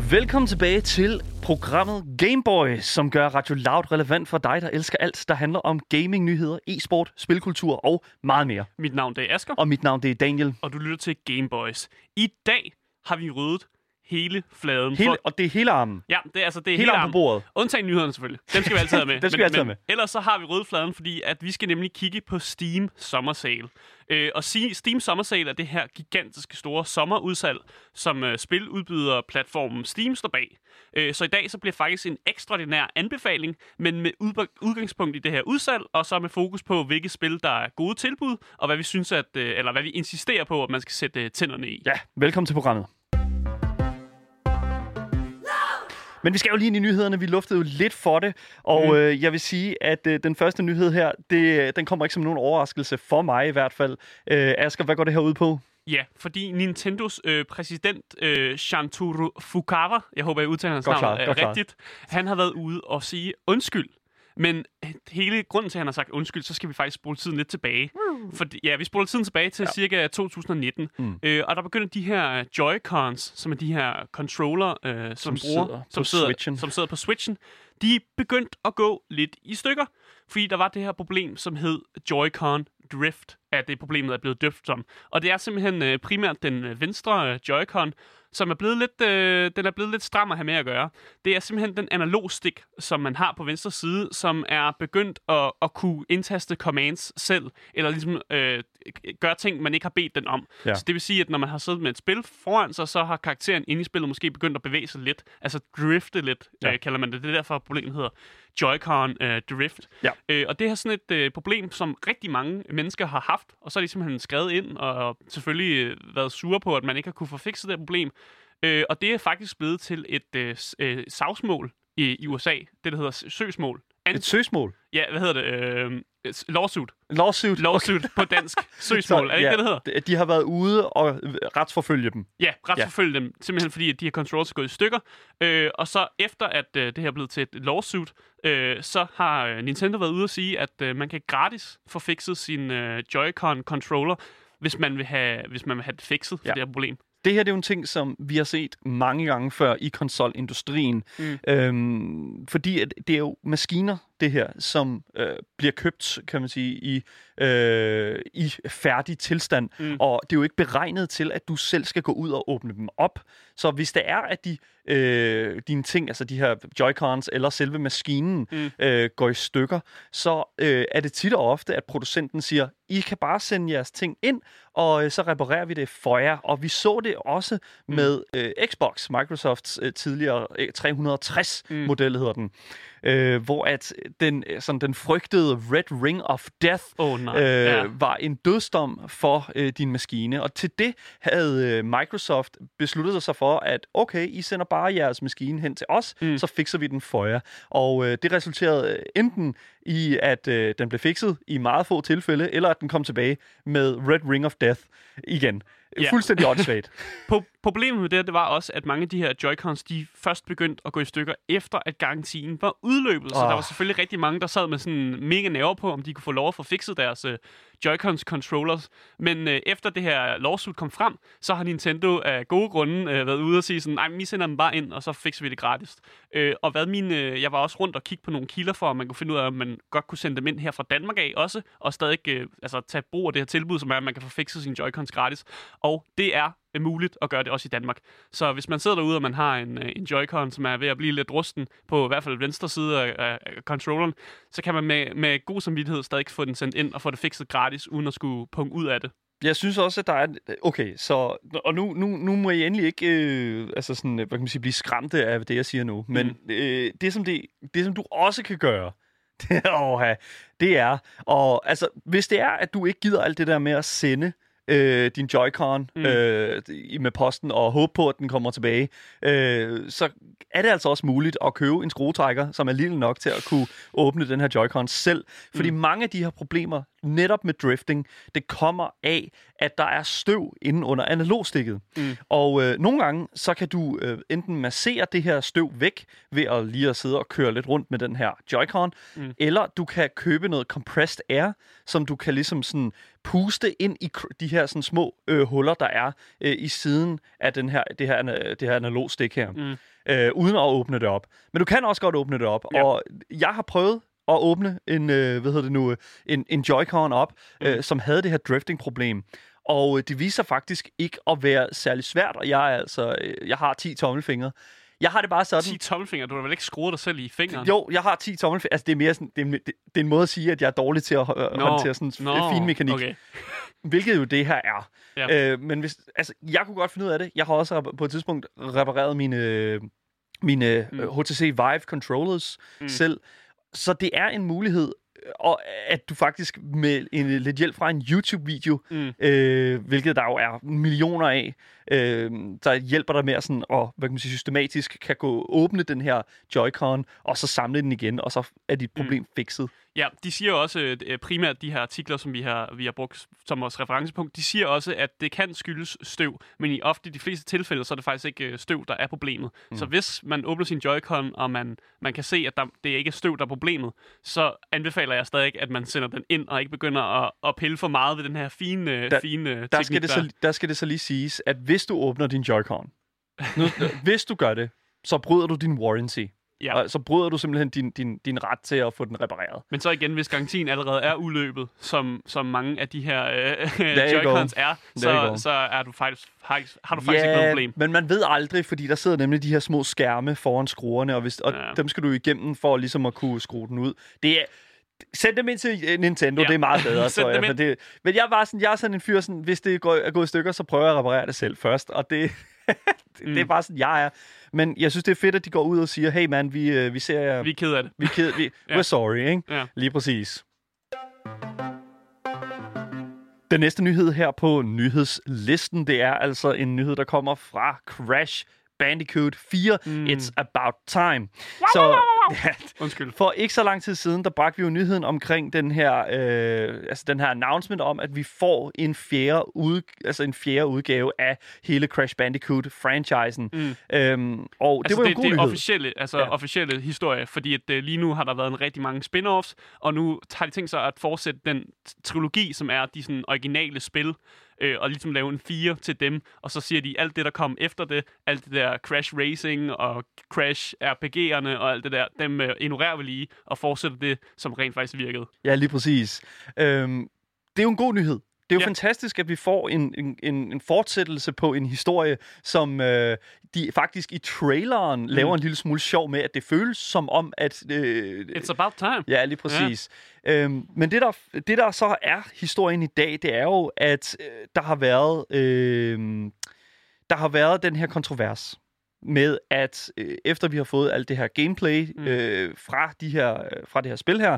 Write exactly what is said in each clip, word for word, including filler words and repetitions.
Velkommen tilbage til programmet Gameboy, som gør Radio Loud relevant for dig, der elsker alt, der handler om gaming, nyheder, e-sport, spilkultur og meget mere. Mit navn det er Asger. Og mit navn det er Daniel. Og du lytter til Gameboys. I dag har vi ryddet hele fladen. Hele, for... Og det er hele armen. Ja, det er altså det er hele, hele armen på bordet. Undtagen nyhederne selvfølgelig. Dem skal vi altid have med. Dem skal men, vi altid men, have med. Ellers så har vi ryddet fladen, fordi at vi skal nemlig kigge på Steam Summer Sale. Øh, og Steam Summer Sale er det her gigantiske store sommerudsalg, som øh, spiludbyder platformen Steam står bag. Øh, så i dag så bliver faktisk en ekstraordinær anbefaling, men med udgangspunkt i det her udsalg, og så med fokus på, hvilke spil, der er gode tilbud, og hvad vi synes, at, øh, eller hvad vi insisterer på, at man skal sætte øh, tænderne i. Ja, velkommen til programmet. Men vi skal jo lige ind i nyhederne. Vi luftede jo lidt for det, og mm. øh, jeg vil sige, at øh, den første nyhed her, det, den kommer ikke som nogen overraskelse for mig i hvert fald. Øh, Asger, hvad går det her ud på? Ja, fordi Nintendos øh, præsident, øh, Santoro Fukawa, jeg håber, jeg udtaler hans navn øh, rigtigt, han har været ude og sige undskyld. Men hele grunden til, at han har sagt undskyld, så skal vi faktisk spole tiden lidt tilbage. Mm. Fordi, ja, vi spoler tiden tilbage til ja. cirka to tusind nitten. Mm. Øh, og der begynder de her Joy-Cons, som er de her controller, øh, som, som, bruger, sidder som, sidder, som sidder på Switchen, de er begyndt at gå lidt i stykker. Fordi der var det her problem, som hed Joy-Con Drift, at det problemet er blevet døbt som. Og det er simpelthen øh, primært den øh, venstre øh, Joy-Con, som er blevet lidt, øh, den er blevet lidt stram at have med at gøre. Det er simpelthen den analog stick, som man har på venstre side, som er begyndt at, at kunne indtaste commands selv, eller ligesom øh, gøre ting, man ikke har bedt den om. Ja. Så det vil sige, at når man har siddet med et spil foran sig, så har karakteren inde i spillet måske begyndt at bevæge sig lidt, altså drifte lidt, ja. øh, kalder man det. Det er derfor, problemet hedder Joy-Con øh, Drift. Ja. Øh, og det er sådan et øh, problem, som rigtig mange mennesker har haft, og så har de simpelthen skrevet ind, og selvfølgelig øh, været sure på, at man ikke har kunne få fikset det problem. Øh, og det er faktisk blevet til et øh, øh, sagsmål i, i U S A, det der hedder søgsmål. An- et søgsmål? Ja, hvad hedder det? Øh, lawsuit. Lawsuit. Lawsuit okay. på dansk. Søgsmål, er det ja, ikke det, det hedder? De har været ude og retsforfølge dem. Ja, retsforfølge ja. dem, simpelthen fordi, at de her controllers er gået i stykker. Øh, og så efter, at øh, det her er blevet til et lawsuit, øh, så har øh, Nintendo været ude og sige, at øh, man kan gratis få fikset sin øh, Joy-Con controller, hvis man vil have, hvis man vil have det fikset for ja. det her problem. Det her det er jo en ting, som vi har set mange gange før i konsolindustrien. Mm. Øhm, fordi at det er jo maskiner, det her, som øh, bliver købt, kan man sige, i, øh, i færdig tilstand. Mm. Og det er jo ikke beregnet til, at du selv skal gå ud og åbne dem op. Så hvis det er, at de, øh, dine ting, altså de her Joy-Cons eller selve maskinen, mm. øh, går i stykker, så øh, er det tit og ofte, at producenten siger, I kan bare sende jeres ting ind, og øh, så reparerer vi det for jer. Og vi så det også mm. med øh, Xbox, Microsofts øh, tidligere øh, tre hundrede og tres-model mm. hedder den. Øh, hvor at den, sådan, den frygtede Red Ring of Death oh, nej. øh, ja. var en dødsdom for øh, din maskine. Og til det havde øh, Microsoft besluttet sig for, at okay, I sender bare jeres maskine hen til os, mm. så fikser vi den for jer. Og øh, det resulterede enten i, at øh, den blev fikset i meget få tilfælde, eller at den kom tilbage med Red Ring of Death igen. Yeah. Fuldstændig åndssvagt. Problemet med det, det var også, at mange af de her Joy-Cons, de først begyndte at gå i stykker, efter at garantien var udløbet. Så oh. der var selvfølgelig rigtig mange, der sad med sådan mega nerver på, om de kunne få lov at få fikset deres uh, Joy-Cons controllers. Men uh, efter det her lawsuit kom frem, så har Nintendo af gode grunde uh, været ude og sige sådan, nej, vi sender dem bare ind, og så fikser vi det gratis. Uh, og hvad min, uh, jeg var også rundt og kigge på nogle kilder for, at man kunne finde ud af, at man godt kunne sende dem ind her fra Danmark af også, og stadig uh, altså, tage brug af det her tilbud, som er, at man kan få fikset sine Joy-Cons gratis. Og det er muligt at gøre det også i Danmark. Så hvis man sidder derude, og man har en, en Joy-Con, som er ved at blive lidt rusten på i hvert fald venstre side af, af controlleren, så kan man med, med god samvittighed stadig få den sendt ind og få det fikset gratis, uden at skulle punge ud af det. Jeg synes også, at der er... Okay, så... Og nu, nu, nu må jeg endelig ikke øh, altså sådan, hvad kan man sige, blive skræmte af det, jeg siger nu. Men mm. øh, det, som det, det, som du også kan gøre, det er, åh, det er... Og altså, hvis det er, at du ikke gider alt det der med at sende Øh, din Joy-Con mm. øh, med posten og håbe på, at den kommer tilbage, øh, så er det altså også muligt at købe en skruetrækker, som er lille nok til at kunne åbne den her Joy-Con selv. Fordi mm. mange af de her problemer, netop med drifting, det kommer af, at der er støv inde under analogstikket. Mm. Og øh, nogle gange, så kan du øh, enten massere det her støv væk, ved at lige at sidde og køre lidt rundt med den her Joy-Con, mm. eller du kan købe noget compressed air, som du kan ligesom sådan puste ind i de her sådan små øh, huller, der er øh, i siden af den her, det her, det her analogstik her. Mm. øh, uden at åbne det op. Men du kan også godt åbne det op, ja. Og jeg har prøvet at åbne en, øh, hvad hedder det nu, en, en Joy-Con op, mm. øh, som havde det her drifting-problem. Og øh, det viser faktisk ikke at være særlig svært, og jeg er altså, øh, jeg har ti tommelfingre. Jeg har det bare sådan... ti tommelfingre? Du har vel ikke skruet dig selv i fingeren? Jo, jeg har ti tommelfingre. Altså, det er mere sådan... Det er, det, det er en måde at sige, at jeg er dårlig til at øh, no. håndtere sådan en no. fin mekanik. Okay. Hvilket jo det her er. Ja. Øh, men hvis... Altså, jeg kunne godt finde ud af det. Jeg har også på et tidspunkt repareret mine, mine mm. H T C Vive controllers mm. selv. Så det er en mulighed, og at du faktisk med en, lidt hjælp fra en YouTube-video, mm. øh, hvilket der jo er millioner af, øh, der hjælper dig med at sådan, og, hvad kan man sige, systematisk kan gå åbne den her Joy-Con, og så samle den igen, og så er dit problem mm. fikset. Ja, de siger jo også, øh, primært de her artikler, som vi har, vi har brugt som vores referencepunkt, de siger også, at det kan skyldes støv, men i ofte de fleste tilfælde, så er det faktisk ikke øh, støv, der er problemet. Mm. Så hvis man åbner sin Joy-Con, og man, man kan se, at der, det ikke er støv, der er problemet, så anbefaler jeg stadig, at man sender den ind, og ikke begynder at, at pille for meget ved den her fine, der, fine der teknik. Skal det så, der skal det så lige siges, at hvis du åbner din Joy-Con, nu, hvis du gør det, så bryder du din warranty. Ja. Og så bryder du simpelthen din, din, din ret til at få den repareret. Men så igen, hvis garantien allerede er udløbet, som, som mange af de her øh, Joy-Cons er, så, så er du faktisk, har, har du faktisk ja, ikke noget problem. Men man ved aldrig, fordi der sidder nemlig de her små skærme foran skruerne, og, hvis, og ja. dem skal du igennem for ligesom at kunne skrue den ud. Det er... Send dem ind til Nintendo, ja. Det er meget bedre, tror jeg. For det, men jeg var sådan, jeg er sådan en fyr, sådan, hvis det går, er gået i stykker, så prøver jeg at reparere det selv først, og det, det, mm. det er bare sådan, jeg er. Men jeg synes, det er fedt, at de går ud og siger, hey man, vi, vi ser... Vi er ked af det. Vi er ked, vi, ja. We're sorry, ikke? Ja. Lige præcis. Den næste nyhed her på nyhedslisten, det er altså en nyhed, der kommer fra Crash Bandicoot fire. Mm. It's about time. Så ja, undskyld. For ikke så lang tid siden, der bragte vi jo nyheden omkring den her, øh, altså den her announcement om, at vi får en fjerde, ud, altså en fjerde udgave af hele Crash Bandicoot-franchisen. Mm. Øhm, og altså det var jo det, en god det er nyhed. officielle, altså ja. officielle historie, fordi at, uh, lige nu har der været en rigtig mange spin-offs, og nu har de tænkt sig at fortsætte den trilogi, som er de sådan, originale spil, Øh, og ligesom lave en fire til dem, og så siger de, alt det, der kom efter det, alt det der Crash Racing og Crash R P G'erne og alt det der, dem øh, ignorerer vi lige, og fortsætter det, som rent faktisk virkede. Ja, lige præcis. Øhm, det er jo en god nyhed. Det er jo ja. fantastisk, at vi får en, en, en fortsættelse på en historie, som øh, de faktisk i traileren mm. laver en lille smule sjov med, at det føles som om, at... Øh, It's about time. Ja, lige præcis. Ja. Øhm, men det der, det, der så er historien i dag, det er jo, at øh, der har været øh, der har været den her kontrovers med, at øh, efter vi har fået alt det her gameplay øh, fra, de her, fra det her spil her,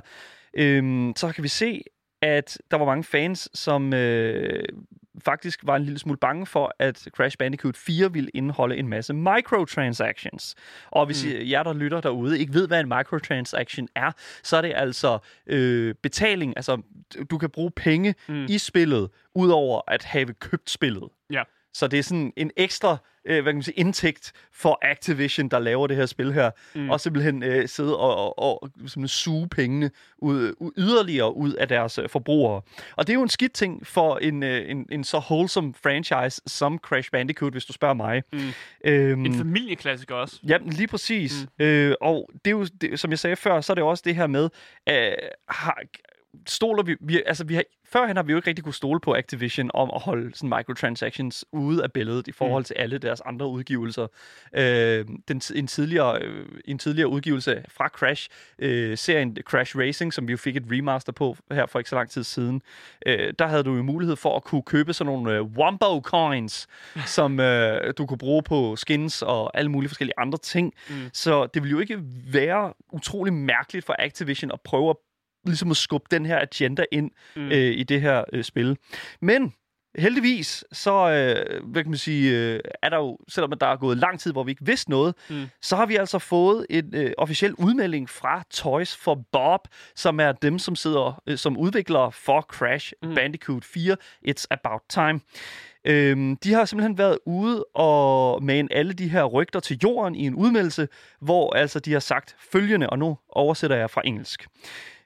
øh, så kan vi se, at der var mange fans, som øh, faktisk var en lille smule bange for, at Crash Bandicoot fire ville indeholde en masse microtransactions. Og hvis mm. jer, der lytter derude, ikke ved, hvad en microtransaction er, så er det altså øh, betaling. Altså, du kan bruge penge mm. i spillet, udover at have købt spillet. Ja. Så det er sådan en ekstra øh, hvad kan man sige, indtægt for Activision, der laver det her spil her, mm. og simpelthen øh, sidde og, og, og simpelthen suge pengene ud, ud, yderligere ud af deres øh, forbrugere. Og det er jo en skidt ting for en, øh, en, en så wholesome franchise som Crash Bandicoot, hvis du spørger mig. Mm. Øhm, en familieklassiker også. Ja, lige præcis. Mm. Øh, og det er jo, det, som jeg sagde før, så er det også det her med, øh, har, stoler vi, vi altså vi har, førhen har vi jo ikke rigtig kunne stole på Activision om at holde sådan microtransactions ude af billedet i forhold til mm. alle deres andre udgivelser. Øh, den, en, tidligere, øh, en tidligere udgivelse fra Crash, øh, serien Crash Racing, som vi jo fik et remaster på her for ikke så lang tid siden, øh, der havde du jo mulighed for at kunne købe sådan nogle øh, Wombo Coins, som øh, du kunne bruge på skins og alle mulige forskellige andre ting. Mm. Så det ville jo ikke være utrolig mærkeligt for Activision at prøve at ligesom at skubbe den her agenda ind mm. øh, i det her øh, spil. Men heldigvis, så øh, hvad kan man sige, øh, er der jo, selvom der er gået lang tid, hvor vi ikke vidste noget, mm. så har vi altså fået en øh, officiel udmelding fra Toys for Bob, som er dem, som sidder øh, som udviklere for Crash mm. Bandicoot fire. It's about time. Øhm, de har simpelthen været ude og mane alle de her rygter til jorden i en udmeldelse, hvor altså de har sagt følgende, og nu oversætter jeg fra engelsk.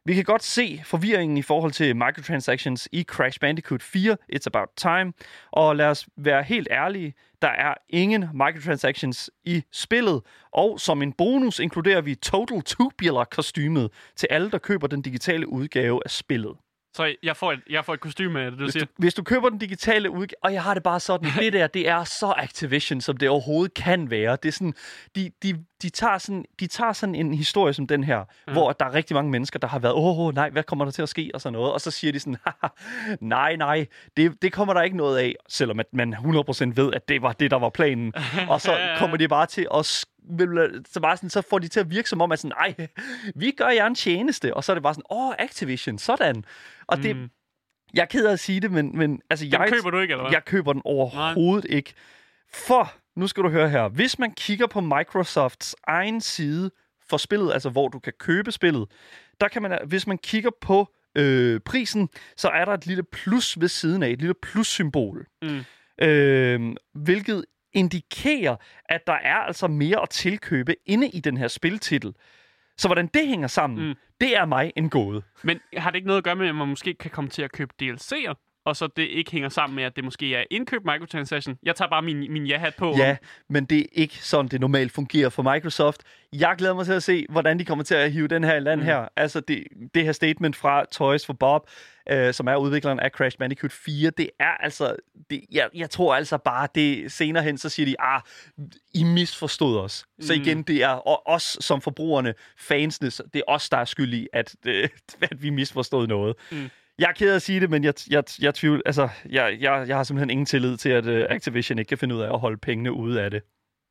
Vi kan godt se forvirringen i forhold til microtransactions i Crash Bandicoot fire, It's About Time. Og lad os være helt ærlige, der er ingen microtransactions i spillet. Og som en bonus inkluderer vi Total Tubular-kostymet til alle, der køber den digitale udgave af spillet. Så jeg får et, jeg får et kostyme af det, du hvis siger? Du, hvis du køber den digitale udgave... Og jeg har det bare sådan, det der, det er så Activision, som det overhovedet kan være. Det er sådan, de, de, de, tager sådan, de tager sådan en historie som den her, mm. hvor der er rigtig mange mennesker, der har været, åh, oh, nej, hvad kommer der til at ske, og sådan noget. Og så siger de sådan, nej, nej, det, det kommer der ikke noget af, selvom at man hundrede procent ved, at det var det, der var planen. Og så kommer de bare til at... Så, bare sådan, så får de til at virke som om, at sådan, ej, vi gør jer en tjeneste. Og så er det bare sådan, åh, Activision, sådan. Og det, mm. jeg er ked af at sige det, men, men altså, den jeg, køber du ikke, eller hvad? Jeg køber den overhovedet Nej. ikke. For, nu skal du høre her, hvis man kigger på Microsofts egen side for spillet, altså hvor du kan købe spillet, der kan man, hvis man kigger på øh, prisen, så er der et lille plus ved siden af, et lille plus-symbol. Mm. Øh, hvilket indikerer, at der er altså mere at tilkøbe inde i den her spiltitel. Så hvordan det hænger sammen, mm. det er mig en gåde. Men har det ikke noget at gøre med, at man måske kan komme til at købe D L C'er, og så det ikke hænger sammen med, at det måske er indkøbt microtransaction? Jeg tager bare min, min ja-hat på. Ja, men det er ikke sådan, det normalt fungerer for Microsoft. Jeg glæder mig til at se, hvordan de kommer til at hive den her i land mm. her. Altså det, det her statement fra Toys for Bob, øh, som er udvikleren af Crash Bandicoot fire, det er altså... Det, jeg, jeg tror altså bare, det senere hen, så siger de, ah, I misforstod os. Mm. Så igen, det er og os som forbrugerne, fansene, det er os, der er skyld i, at, øh, at vi misforstod noget. Mm. Jeg er ked af at sige det, men jeg, jeg, jeg tvivl, altså, jeg, jeg, jeg har simpelthen ingen tillid til, at uh, Activision ikke kan finde ud af at holde pengene ude af det.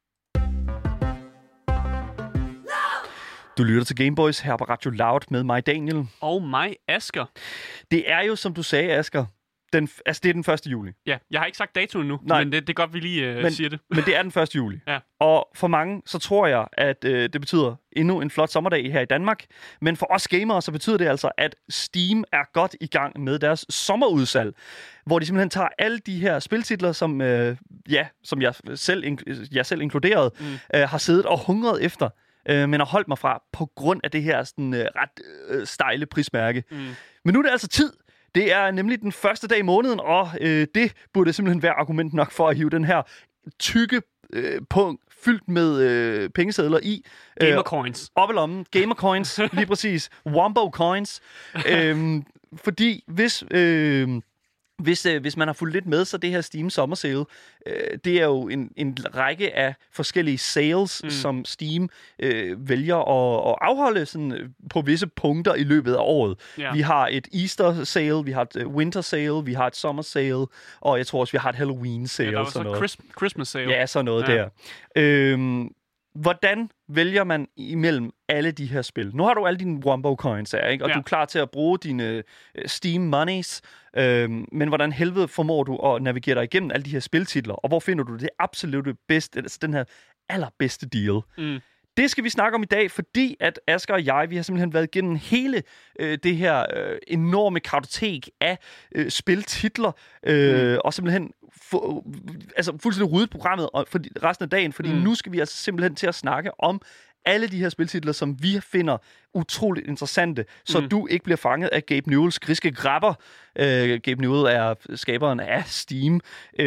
Du lytter til Gameboys her på Radio Loud med mig, Daniel. Og mig, Asger. Det er jo, som du sagde, Asger, den, altså det er den første juli. Ja, jeg har ikke sagt datoen nu, Nej. men det, det er godt, vi lige uh, men, siger det. Men det er den første juli. Ja. Og for mange, så tror jeg, at øh, det betyder endnu en flot sommerdag her i Danmark. Men for os gamere, så betyder det altså, at Steam er godt i gang med deres sommerudsalg. Hvor de simpelthen tager alle de her spiltitler, som, øh, ja, som jeg, selv, jeg selv inkluderet, mm. øh, har siddet og hungret efter. Øh, men har holdt mig fra på grund af det her sådan, øh, ret øh, stejle prismærke. Mm. Men nu er det altså tid. Det er nemlig den første dag i måneden, og øh, det burde simpelthen være argument nok for at hive den her tykke øh, punkt fyldt med øh, pengesedler i. Gamer coins. Op i lommen. Gamer coins, lige præcis. Wombo coins. øhm, fordi hvis... Øh, Hvis, øh, hvis man har fulgt lidt med, så det her Steam Summer Sale, øh, det er jo en, en række af forskellige sales, mm. som Steam øh, vælger at, at afholde sådan, på visse punkter i løbet af året. Ja. Vi har et Easter Sale, vi har et Winter Sale, vi har et Summer Sale, og jeg tror også, vi har et Halloween Sale. Ja, der var så noget. Christ- Christmas Sale. Ja, sådan noget ja. der. Øhm, Hvordan vælger man imellem alle de her spil? Nu har du alle dine Wombo coins her, ikke? Og ja. du er klar til at bruge dine uh, Steam monies. Øhm, men hvordan helvede formår du at navigere dig igennem alle de her spiltitler? Og hvor finder du det absolut bedste, altså den her allerbedste deal? Mm. Det skal vi snakke om i dag, fordi at Asger og jeg, vi har simpelthen været igennem hele øh, det her øh, enorme kartotek af øh, spiltitler, øh, mm. og simpelthen fu- altså fuldstændig ryddet programmet for resten af dagen, fordi mm. nu skal vi altså simpelthen til at snakke om alle de her spiltitler, som vi finder utroligt interessante, så mm. du ikke bliver fanget af Gabe Newells griske grabber. Øh, Gabe Newell er skaberen af Steam.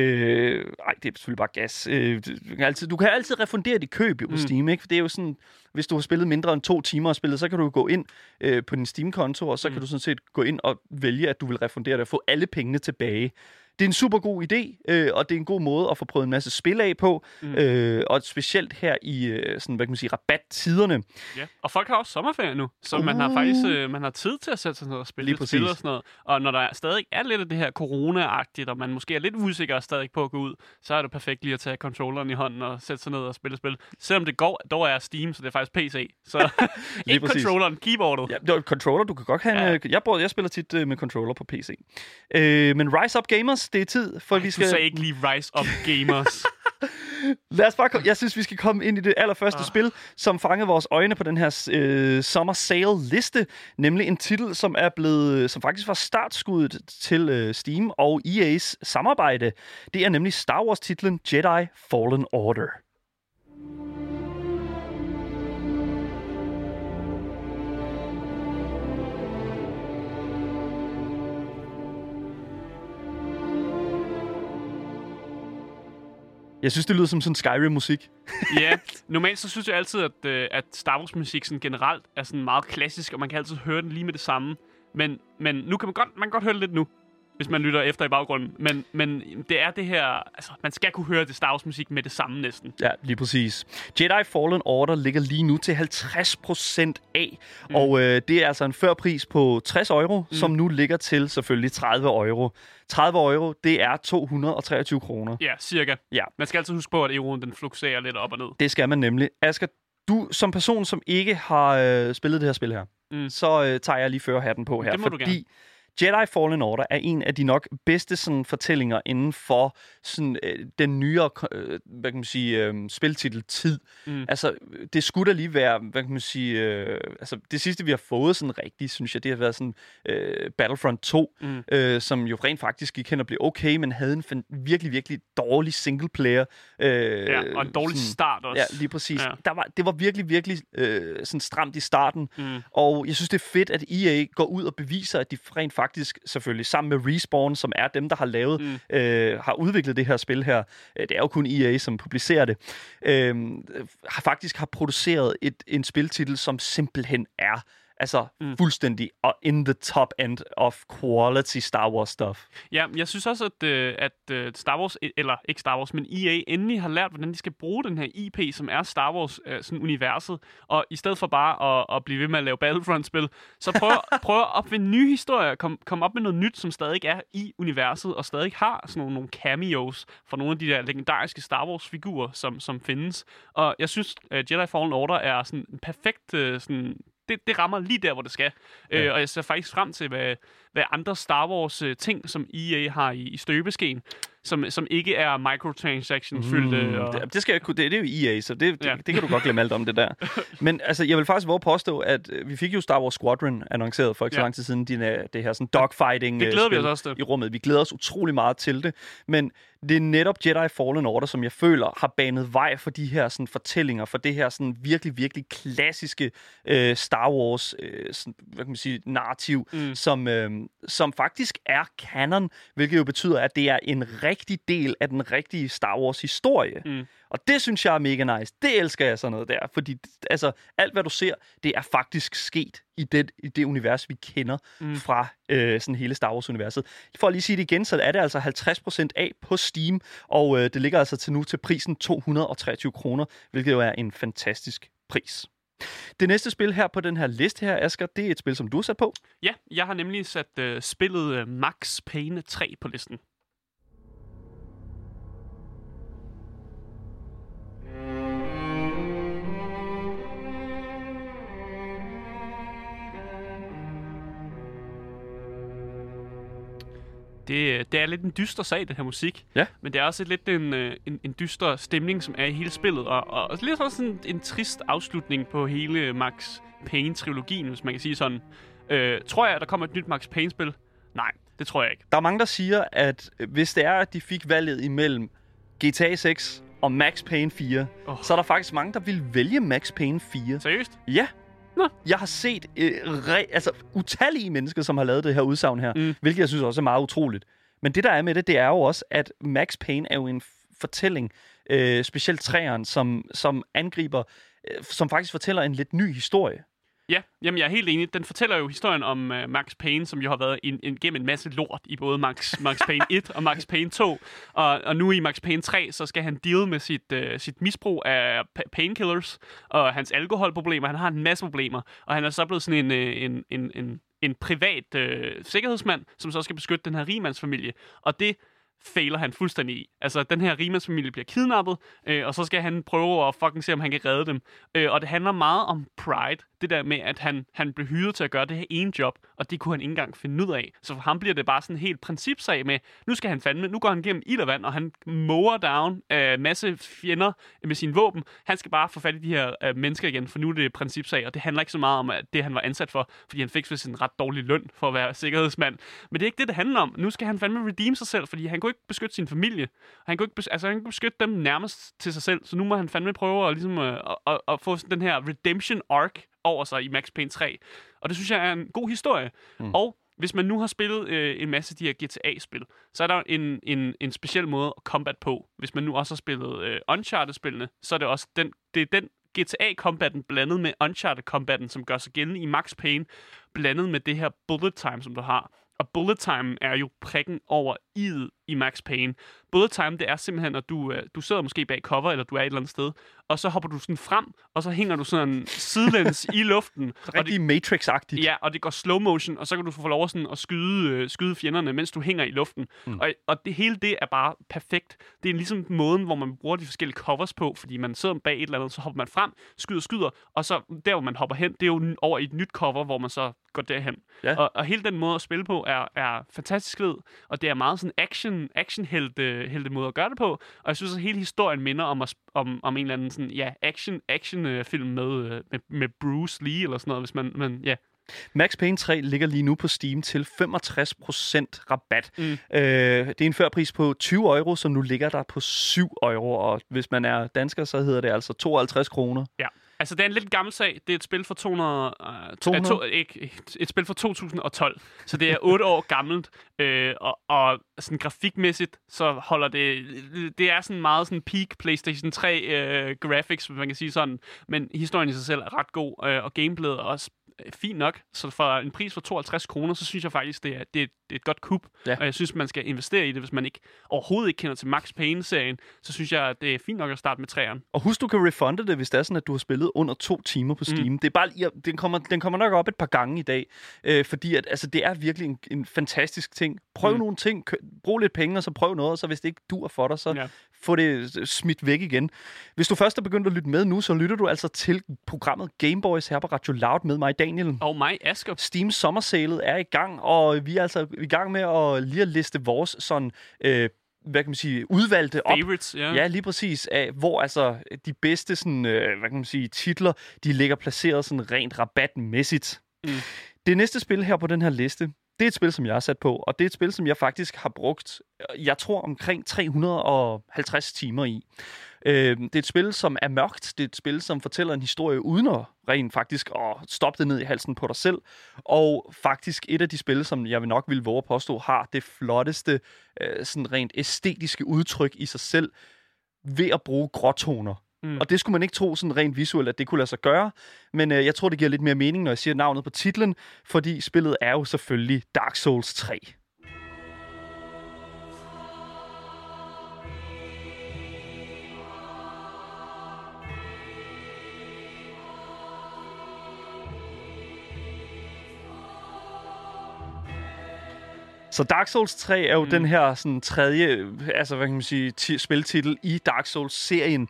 Øh, ej, det er selvfølgelig bare gas. Øh, du, kan altid, du kan altid refundere dit køb på mm. Steam, ikke? For det er jo sådan, hvis du har spillet mindre end to timer og spillet, så kan du gå ind øh, på din Steam-konto, og så mm. kan du sådan set gå ind og vælge, at du vil refundere det og få alle pengene tilbage. Det er en super god idé, øh, og det er en god måde at få prøvet en masse spil af på, mm. øh, og specielt her i øh, sådan, hvad kan man sige, rabattiderne. Ja, og folk har også sommerferie nu, så uh. man har faktisk øh, man har tid til at sætte sig ned og spille lidt spil og sådan noget. Og når der stadig er lidt af det her corona-agtigt, og man måske er lidt usikker stadig på at gå ud, så er det perfekt lige at tage controlleren i hånden og sætte sig ned og spille spil. Selvom det går, dog er Steam, så det er faktisk P C. Så ikke controlleren, keyboardet. Ja, det er controller, du kan godt have ja. en, jeg, bruger, jeg spiller tit uh, med controller på P C. Øh, men Rise Up Gamers, det er tid, for Ej, vi skal... Du sagde ikke lige Rise Up Gamers. Lad os bare komme... Jeg synes, vi skal komme ind i det allerførste oh. spil, som fangede vores øjne på den her øh, Summer Sale-liste, nemlig en titel, som er blevet, som faktisk var startskuddet til øh, Steam og E A's samarbejde. Det er nemlig Star Wars-titlen Jedi Fallen Order. Jeg synes, det lyder som sådan Skyrim-musik. Ja, normalt så synes jeg altid, at, øh, at Star Wars-musik sådan generelt er sådan meget klassisk, og man kan altid høre den lige med det samme. Men, men nu kan man godt, man kan godt høre det lidt nu, hvis man lytter efter i baggrunden. Men, men det er det her... Altså, man skal kunne høre det Star Wars-musik med det samme næsten. Ja, lige præcis. Jedi Fallen Order ligger lige nu til halvtreds procent af. Mm. Og øh, det er altså en førpris på tres euro, mm. som nu ligger til selvfølgelig tredive euro. tredive euro, det er to hundrede og treogtyve kroner. Ja, cirka. Ja. Man skal altid huske på, at euroen den fluktuerer lidt op og ned. Det skal man nemlig. Asger, du som person, som ikke har øh, spillet det her spil her, mm. så øh, tager jeg lige førerhatten på her. Det må fordi du gerne. Jedi Fallen Order er en af de nok bedste sådan, fortællinger inden for sådan, øh, den nyere øh, hvad kan man sige, øh, spiltiteltid. Mm. Altså, det skulle da lige være, hvad kan man sige, øh, altså det sidste, vi har fået sådan rigtigt, synes jeg, det har været sådan øh, Battlefront to, mm. øh, som jo rent faktisk gik hen og blev okay, men havde en fan- virkelig, virkelig dårlig singleplayer. Øh, ja, og en dårlig sådan, start også. Ja, lige præcis. Ja. Der var, det var virkelig, virkelig øh, sådan stramt i starten, mm. og jeg synes, det er fedt, at E A går ud og beviser, at de rent faktisk faktisk selvfølgelig sammen med Respawn, som er dem, der har lavet, mm. øh, har udviklet det her spil her. Det er jo kun E A, som publicerer det. Øh, har faktisk har produceret et, en spiltitel, som simpelthen er altså mm. fuldstændig in the top end of quality Star Wars stuff. Ja, jeg synes også, at, øh, at Star Wars, eller ikke Star Wars, men E A endelig har lært, hvordan de skal bruge den her I P, som er Star Wars, øh, sådan universet. Og i stedet for bare at, at blive ved med at lave Battlefront-spil, så prøv, prøv at opfinde nye historier, kom, kom op med noget nyt, som stadig er i universet, og stadig har sådan nogle, nogle cameos fra nogle af de der legendariske Star Wars-figurer, som, som findes. Og jeg synes, uh, Jedi Fallen Order er sådan en perfekt... Uh, sådan Det, det rammer lige der, hvor det skal. Ja. Øh, og jeg ser faktisk frem til, hvad, hvad andre Star Wars-ting, som E A har i, i støbeskeen, som, som ikke er microtransaction-fyldte. Mm, og... det, det, skal jeg kunne, det, det er jo E A, så det, det, ja. det kan du godt glemme alt om det der. Men altså, jeg vil faktisk våge påstå, at vi fik jo Star Wars Squadron annonceret for ikke ja. så lang tid siden, de, det her sådan dogfighting det glæder vi os også til. I rummet. Vi glæder os utrolig meget til det. Men det er netop Jedi Fallen Order, som jeg føler har banet vej for de her sådan, fortællinger, for det her sådan, virkelig, virkelig klassiske øh, Star Wars øh, sådan, hvad kan man sige, narrativ, mm. som, øh, som faktisk er canon, hvilket jo betyder, at det er en rigtig del af den rigtige Star Wars historie. Mm. Og det synes jeg er mega nice. Det elsker jeg sådan noget der, fordi altså, alt hvad du ser, det er faktisk sket i det, i det univers, vi kender mm. fra øh, sådan hele Star Wars-universet. For at lige sige det igen, så er det altså halvtreds procent af på Steam, og øh, det ligger altså til nu til prisen to hundrede og treogtyve kroner, hvilket jo er en fantastisk pris. Det næste spil her på den her liste her, Asger, det er et spil, som du har sat på. Ja, jeg har nemlig sat øh, spillet øh, Max Payne tre på listen. Det, det er lidt en dyster sag, det her musik. Ja. Men det er også lidt en, en, en dyster stemning, som er i hele spillet. Og, og lidt også sådan en trist afslutning på hele Max Payne-trilogien, hvis man kan sige sådan. Øh, tror jeg, at der kommer et nyt Max Payne-spil? Nej, det tror jeg ikke. Der er mange, der siger, at hvis det er, at de fik valget imellem G T A seks og Max Payne fire, oh. så er der faktisk mange, der vil vælge Max Payne fire. Seriøst? Ja. Nå. Jeg har set øh, re- altså, utallige mennesker, som har lavet det her udsagn her, mm. hvilket jeg synes også er meget utroligt. Men det, der er med det, det er jo også, at Max Payne er jo en f- fortælling, øh, specielt træeren, som, som angriber, øh, som faktisk fortæller en lidt ny historie. Ja, jamen jeg er helt enig. Den fortæller jo historien om uh, Max Payne, som jo har været in, in, gennem en masse lort i både Max, Max Payne et og Max Payne to. Og, og nu i Max Payne tre, så skal han deal med sit, uh, sit misbrug af pa- painkillers og hans alkoholproblemer. Han har en masse problemer, og han er så blevet sådan en, en, en, en, en privat uh, sikkerhedsmand, som så skal beskytte den her rigmandsfamilie. Og det fejler han fuldstændig i. Altså, den her rimandsfamilie bliver kidnappet, øh, og så skal han prøve at fucking se, om han kan redde dem. Øh, og det handler meget om pride. Det der med, at han, han blev hyret til at gøre det her ene job, og det kunne han ikke engang finde ud af. Så for ham bliver det bare sådan en helt principsag med, nu skal han fandme, nu går han gennem ild og vand, og han mower down en uh, masse fjender med sine våben. Han skal bare få fat i de her uh, mennesker igen, for nu er det principsag, og det handler ikke så meget om at det, han var ansat for, fordi han fik vist en ret dårlig løn for at være sikkerhedsmand. Men det er ikke det, det handler om. Nu skal han fandme redeem sig selv, fordi han kunne ikke beskytte sin familie. Han kunne ikke, bes- altså, han kunne beskytte dem nærmest til sig selv, så nu må han fandme prøve at, ligesom, uh, at, at, at få den her redemption arc over sig i Max Payne tre. Og det synes jeg er en god historie. Mm. Og hvis man nu har spillet øh, en masse af de her G T A-spil, så er der en, en, en speciel måde at combat på. Hvis man nu også har spillet øh, Uncharted-spillene, så er det også den, det er den G T A-combatten blandet med Uncharted-combatten, som gør sig gældende i Max Payne, blandet med det her bullet time, som du har. Og bullet time er jo prikken over i'et i Max Payne. Bullet time, det er simpelthen, at du, du sidder måske bag cover, eller du er et eller andet sted, og så hopper du sådan frem, og så hænger du sådan sidelæns i luften. Rigtig Matrix-agtigt. Ja, og det går slow motion, og så kan du få lov sådan at skyde, øh, skyde fjenderne, mens du hænger i luften. Mm. Og, og det hele det er bare perfekt. Det er ligesom måden, hvor man bruger de forskellige covers på, fordi man sidder bag et eller andet, så hopper man frem, skyder, skyder, og så der, hvor man hopper hen, det er jo over i et nyt cover, hvor man så går derhen. Ja. Og, og hele den måde at spille på er, er fantastisk fed, og det er meget sådan action, action-helte helte måde at gøre det på, og jeg synes, at hele historien minder om, at, om, om en eller anden sådan, ja, action, action film med, med, med Bruce Lee eller sådan noget, hvis man, man ja. Max Payne tre ligger lige nu på Steam til femogtres procent rabat. Mm. Øh, det er en førpris på tyve euro, som nu ligger der på syv euro, og hvis man er dansker, så hedder det altså tooghalvtreds kroner. Ja. Altså, det er en lidt gammel sag. Det er et spil fra to hundrede, uh, to hundrede? To, ikke, et spil fra to tusind og tolv. Så det er otte år gammelt. Øh, og, og sådan grafikmæssigt, så holder det... Det er sådan meget sådan peak PlayStation tre øh, graphics, hvis man kan sige sådan. Men historien i sig selv er ret god, øh, og gameplayet er også fint nok. Så for en pris for tooghalvtreds kroner, så synes jeg faktisk, det er, det er, det er et godt kup. Ja. Og jeg synes, man skal investere i det, hvis man ikke overhovedet ikke kender til Max Payne-serien. Så synes jeg, det er fint nok at starte med træerne. Og husk, du kan refunde det, hvis det er sådan, at du har spillet under to timer på Steam. Mm. Det er bare, ja, den, kommer, den kommer nok op et par gange i dag, øh, fordi at, altså, det er virkelig en, en fantastisk ting. Prøv mm. nogle ting, kø, brug lidt penge, og så prøv noget, og så hvis det ikke dur for dig, så... Ja. Få det smidt væk igen. Hvis du først er begyndt at lytte med nu, så lytter du altså til programmet Gameboys her på Radio Loud med mig, Daniel. Og mig, Asger. Steam sommersælet er i gang, og vi er altså i gang med at lige at liste vores sådan... Øh, hvad kan man sige, udvalgte op. Favorites, ja. Ja, lige præcis. Af, hvor altså de bedste sådan, øh, hvad kan man sige, titler, de ligger placeret sådan rent rabatmæssigt. Mm. Det næste spil her på den her liste, det er et spil, som jeg har sat på, og det er et spil, som jeg faktisk har brugt, jeg tror, omkring tre hundrede og halvtreds timer i. Øh, det er et spil, som er mørkt. Det er et spil, som fortæller en historie uden at rent faktisk at stoppe det ned i halsen på dig selv. Og faktisk et af de spil, som jeg vil nok vil våge at påstå, har det flotteste, øh, sådan rent æstetiske udtryk i sig selv ved at bruge gråtoner. Mm. Og det skulle man ikke tro sådan rent visuelt, at det kunne lade sig gøre. Men øh, jeg tror, det giver lidt mere mening, når jeg siger navnet på titlen, fordi spillet er jo selvfølgelig Dark Souls tre. Så Dark Souls tre er jo mm. den her sådan tredje, altså hvad kan man sige, t- spiltitel i Dark Souls-serien.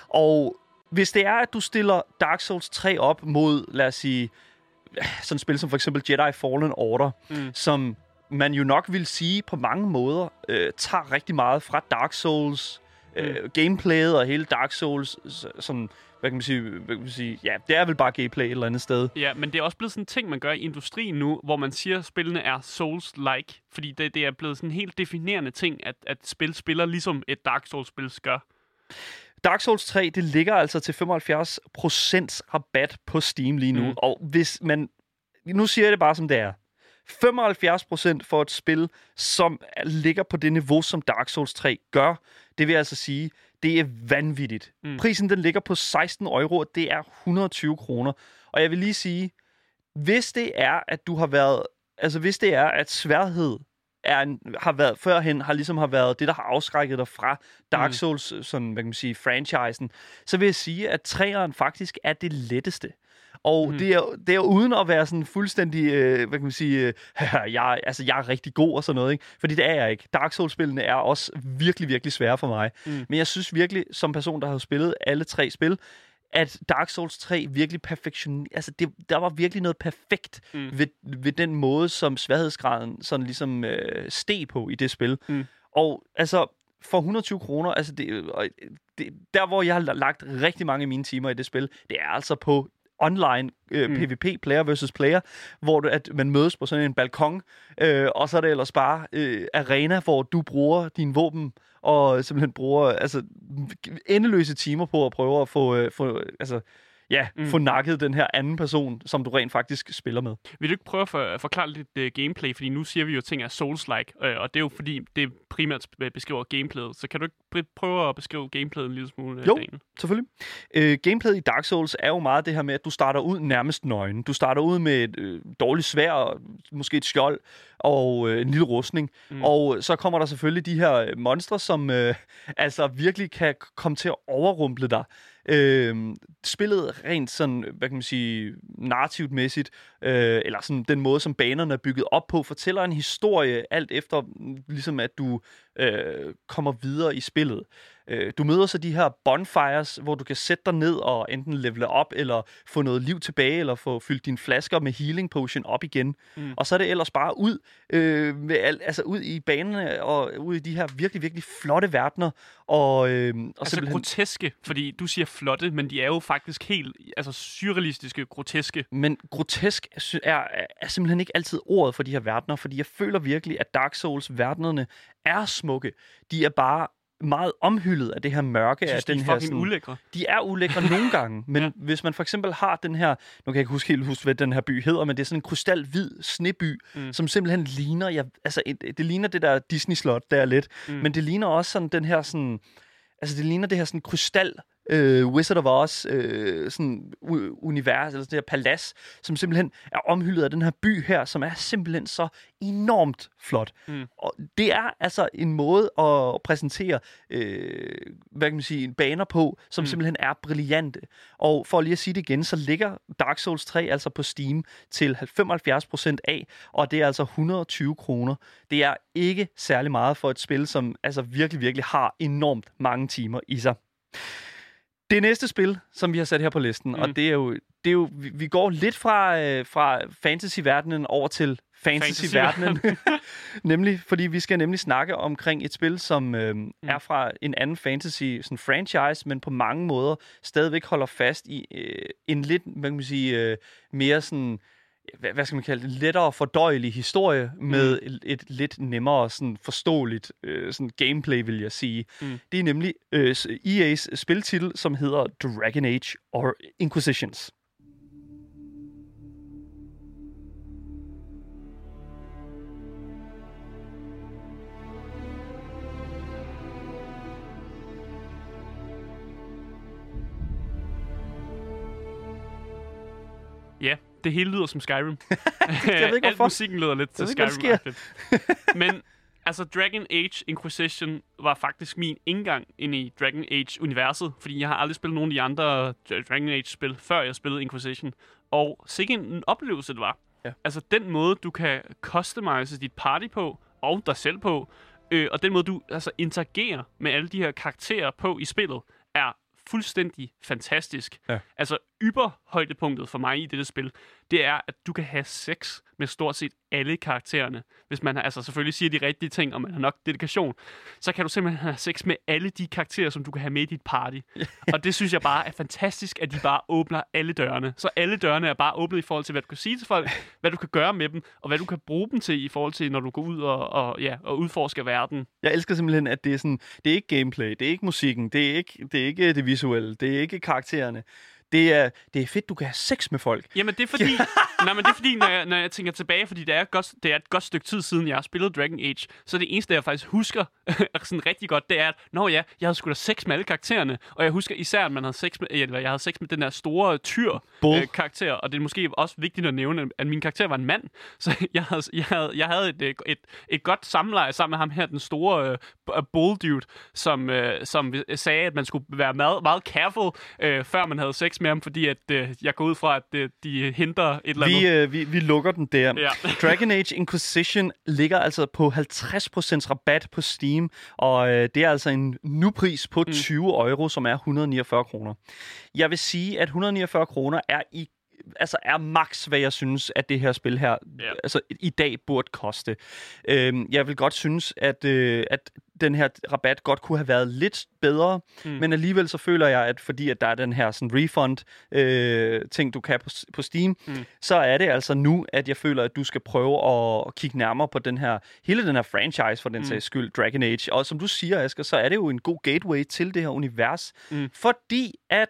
Og hvis det er, at du stiller Dark Souls tre op mod, lad os sige, sådan et spil som for eksempel Jedi Fallen Order, mm. som man jo nok vil sige på mange måder øh, tager rigtig meget fra Dark Souls, øh, mm. gameplayet og hele Dark Souls, sådan, hvad kan man sige, hvad kan man sige, ja, det er vel bare gameplay et eller andet sted. Ja, men det er også blevet sådan en ting, man gør i industrien nu, hvor man siger, at spillene er Souls-like, fordi det, det er blevet sådan en helt definerende ting, at, at spil spiller ligesom et Dark Souls-spil gør. Dark Souls tre, det ligger altså til femoghalvfjerds procent rabat på Steam lige nu, mm. og hvis man, nu siger jeg det bare som det er, femoghalvfjerds procent for et spil, som ligger på det niveau, som Dark Souls tre gør, det vil altså sige, det er vanvittigt. Mm. Prisen, den ligger på seksten euro, og det er et hundrede og tyve kroner. Og jeg vil lige sige, hvis det er, at du har været, altså hvis det er, at sværhed er en, har været førhen, har ligesom har været det, der har afskrækket dig fra Dark Souls, mm. sådan, hvad kan man sige, franchisen, så vil jeg sige, at treeren faktisk er det letteste. Og mm. det, er, det er uden at være sådan fuldstændig, øh, hvad kan man sige, øh, jeg, altså jeg er rigtig god og sådan noget, ikke? Fordi det er jeg ikke. Dark Souls-spillene er også virkelig, virkelig svære for mig. Mm. Men jeg synes virkelig, som person, der har spillet alle tre spil, at Dark Souls tre virkelig perfektion, altså det, der var virkelig noget perfekt mm. ved, ved den måde, som sværhedsgraden sådan ligesom øh, steg på i det spil. Mm. Og altså for et hundrede og tyve kroner, altså det, det, der hvor jeg har lagt rigtig mange af mine timer i det spil, det er altså på online øh, mm. PvP, player versus player, hvor du, at man mødes på sådan en balkon, øh, og så er det ellers bare øh, arena, hvor du bruger dine våben, og simpelthen bruger altså endeløse timer på at prøve at få, øh, få altså, ja, mm. få nakket den her anden person, som du rent faktisk spiller med. Vil du ikke prøve at for, forklare lidt uh, gameplay? Fordi nu siger vi jo, at ting er Souls-like, øh, og det er jo fordi, det primært beskriver gameplayet. Så kan du ikke prøve at beskrive gameplayet en lille smule? Jo, dagen? Selvfølgelig. Øh, gameplayet i Dark Souls er jo meget det her med, at du starter ud nærmest nøgen. Du starter ud med et øh, dårligt sværd, måske et skjold og øh, en lille rustning. Mm. Og så kommer der selvfølgelig de her monstre, som øh, altså virkelig kan komme til at overrumple dig. Øh, spillet rent sådan, hvad kan man sige, narrativt-mæssigt, øh, eller sådan den måde, som banerne er bygget op på, fortæller en historie alt efter, ligesom at du øh, kommer videre i spillet. Øh, du møder så de her bonfires, hvor du kan sætte dig ned og enten levele op, eller få noget liv tilbage, eller få fyldt dine flasker med healing potion op igen. Mm. Og så er det ellers bare ud, øh, med al, altså ud i banerne, og ud i de her virkelig, virkelig flotte verdener. Og, øh, og altså simpelthen groteske, fordi du siger flotte, men de er jo faktisk helt altså surrealistiske, groteske. Men grotesk er, er simpelthen ikke altid ordet for de her verdener, fordi jeg føler virkelig, at Dark Souls-verdenerne er smukke. De er bare meget omhyldet af det her mørke. Synes, af den de er her fucking sådan, ulækre. De er ulækre nogle gange, men ja. Hvis man for eksempel har den her, nu kan jeg ikke huske helt huske, hvad den her by hedder, men det er sådan en krystalhvid sneby, mm. som simpelthen ligner, ja, altså det ligner det der Disney-slot, der er lidt, mm. men det ligner også sådan den her sådan, altså det ligner det her sådan krystal, Uh, Wizard of Oz uh, sådan u- univers, eller det her palads, som simpelthen er omhyldet af den her by her, som er simpelthen så enormt flot. Mm. Og det er altså en måde at præsentere uh, hvad kan man sige, en baner på, som mm. simpelthen er brillante. Og for lige at sige det igen, så ligger Dark Souls tre altså på Steam til femoghalvfjerds procent af, og det er altså et hundrede og tyve kroner. Det er ikke særlig meget for et spil, som altså virkelig, virkelig har enormt mange timer i sig. Det næste spil, som vi har sat her på listen, mm. og det er jo, det er jo vi, vi går lidt fra, øh, fra fantasy-verdenen over til fantasy-verdenen. Fantasy nemlig, fordi vi skal nemlig snakke omkring et spil, som øh, mm. er fra en anden fantasy sådan franchise, men på mange måder stadigvæk holder fast i øh, en lidt, hvad kan man sige, øh, mere sådan, hvad skal man kalde det, lettere fordøjelig historie med mm. et, et lidt nemmere sådan forståeligt øh, sådan gameplay, vil jeg sige. Mm. Det er nemlig øh, E A's spiltitel, som hedder Dragon Age or Inquisitions. Ja, det hele lyder som Skyrim. Jeg ved ikke, Alt musikken lyder lidt til Skyrim. Men altså, Dragon Age Inquisition var faktisk min indgang ind i Dragon Age-universet, fordi jeg har aldrig spillet nogen af de andre Dragon Age-spil, før jeg spillede Inquisition. Og sikke en oplevelse det var. Ja. Altså, den måde, du kan customize dit party på, og dig selv på, øh, og den måde, du altså, interagerer med alle de her karakterer på i spillet, er fuldstændig fantastisk. Ja. Altså, yberhøjdepunktet for mig i dette spil, det er, at du kan have sex med stort set alle karaktererne. Hvis man altså selvfølgelig siger de rigtige ting, og man har nok dedikation, så kan du simpelthen have sex med alle de karakterer, som du kan have med i dit party. Og det synes jeg bare er fantastisk, at de bare åbner alle dørene. Så alle dørene er bare åbnet i forhold til, hvad du kan sige til folk, hvad du kan gøre med dem, og hvad du kan bruge dem til i forhold til, når du går ud og, og, ja, og udforsker verden. Jeg elsker simpelthen, at det er sådan, det er ikke gameplay, det er ikke musikken, det er ikke det, er ikke det visuelle, det er ikke karaktererne. Det er, det er fedt, du kan have sex med folk. Jamen, det er fordi, nej, men det er fordi når, jeg, når jeg tænker tilbage, fordi det er, godt, det er et godt stykke tid siden, jeg har spillet Dragon Age, så det eneste, jeg faktisk husker sådan rigtig godt, det er, at nå ja, jeg havde sgu da sex med alle karaktererne, og jeg husker især, at man havde sex med, eller jeg havde sex med den der store tyr-karakter, øh, og det er måske også vigtigt at nævne, at min karakter var en mand, så jeg havde, jeg havde, jeg havde et, et, et, et godt samleje sammen med ham her, den store uh, bull dude, som, uh, som sagde, at man skulle være meget, meget careful, uh, før man havde sex med ham, fordi at øh, jeg går ud fra, at øh, de henter et eller andet. Vi, øh, vi, vi lukker den der. Ja. Dragon Age Inquisition ligger altså på halvtreds procent rabat på Steam, og øh, det er altså en nu-pris på tyve euro, som er et hundrede og niogfyrre kroner. Jeg vil sige, at et hundrede og niogfyrre kroner er i altså er max, hvad jeg synes, at det her spil her yeah. altså i dag burde koste. Øhm, jeg vil godt synes, at, øh, at den her rabat godt kunne have været lidt bedre, mm. men alligevel så føler jeg, at fordi at der er den her sådan refund øh, ting, du kan på, på Steam, mm. så er det altså nu, at jeg føler, at du skal prøve at, at kigge nærmere på den her, hele den her franchise for den mm. sags skyld, Dragon Age. Og som du siger, Asger, så er det jo en god gateway til det her univers, mm. fordi at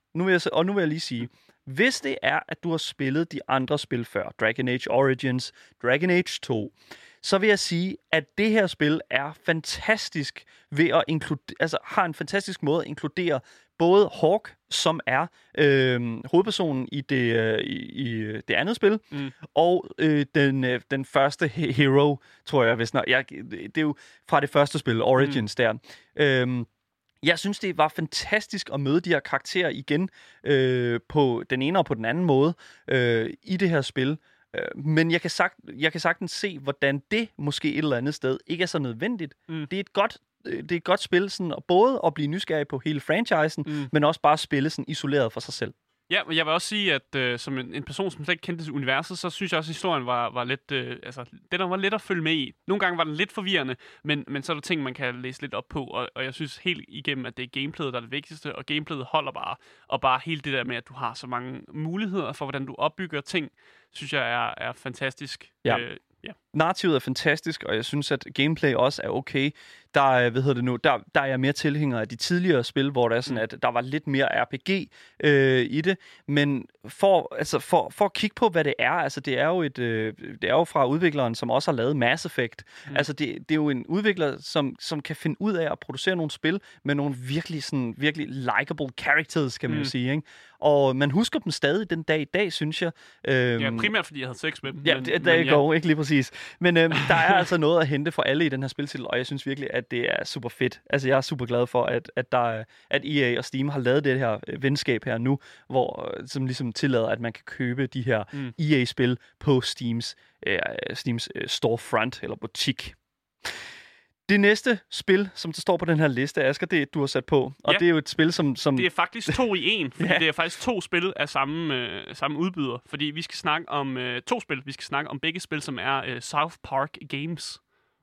nu vil jeg, og nu vil jeg lige sige, hvis det er, at du har spillet de andre spil før, Dragon Age Origins, Dragon Age to, så vil jeg sige, at det her spil er fantastisk ved at inkludere, altså har en fantastisk måde at inkludere både Hawk, som er øh, hovedpersonen i det, øh, i, i det andet spil, mm. og øh, den, øh, den første hero, tror jeg, hvis når, jeg, det er jo fra det første spil, Origins mm. der. Øh, Jeg synes, det var fantastisk at møde de her karakterer igen øh, på den ene og på den anden måde øh, i det her spil. Øh, men jeg kan, sagt, jeg kan sagtens se, hvordan det måske et eller andet sted ikke er så nødvendigt. Mm. Det er et godt det er et godt spil, sådan, både at blive nysgerrig på hele franchisen, mm. men også bare spille sådan isoleret for sig selv. Ja, men jeg vil også sige, at øh, som en, en person, som slet ikke kendte universet, så synes jeg også, at historien var, var lidt, øh, altså, den var lidt at følge med i. Nogle gange var den lidt forvirrende, men, men så er der ting, man kan læse lidt op på, og, og jeg synes helt igennem, at det er gameplayet, der er det vigtigste, og gameplayet holder bare, og bare hele det der med, at du har så mange muligheder for, hvordan du opbygger ting, synes jeg er, er fantastisk. Ja. Øh, ja. Narrativet er fantastisk, og jeg synes, at gameplay også er okay. Der er, hvad hedder det nu, der, der er jeg mere tilhænger af de tidligere spil, hvor der er sådan, at der var lidt mere R P G øh, i det. Men for, altså for, for at kigge på, hvad det er, altså det er jo et, øh, det er jo fra udvikleren, som også har lavet Mass Effect. Mm. Altså det, det er jo en udvikler, som, som kan finde ud af at producere nogle spil med nogle virkelig sådan, virkelig likable characters, kan man mm. jo sige, ikke? Og man husker dem stadig den dag i dag, synes jeg. Øhm, ja, primært fordi jeg havde sex med dem. Ja, men, det, der men, går ja. ikke lige præcis. Men øhm, der er altså noget at hente for alle i den her spiltitel, og jeg synes virkelig, at det er super fedt. Altså, jeg er super glad for, at, at, der, at E A og Steam har lavet det her venskab her nu, hvor, som ligesom tillader, at man kan købe de her mm. E A-spil på Steams, øh, Steams øh, storefront eller butik. Det næste spil, som der står på den her liste, Asger, det du har sat på. Og ja. det er jo et spil, som... som... Det er faktisk to i en, fordi ja. det er faktisk to spil af samme, øh, samme udbyder. Fordi vi skal snakke om øh, to spil. Vi skal snakke om begge spil, som er øh, South Park Games.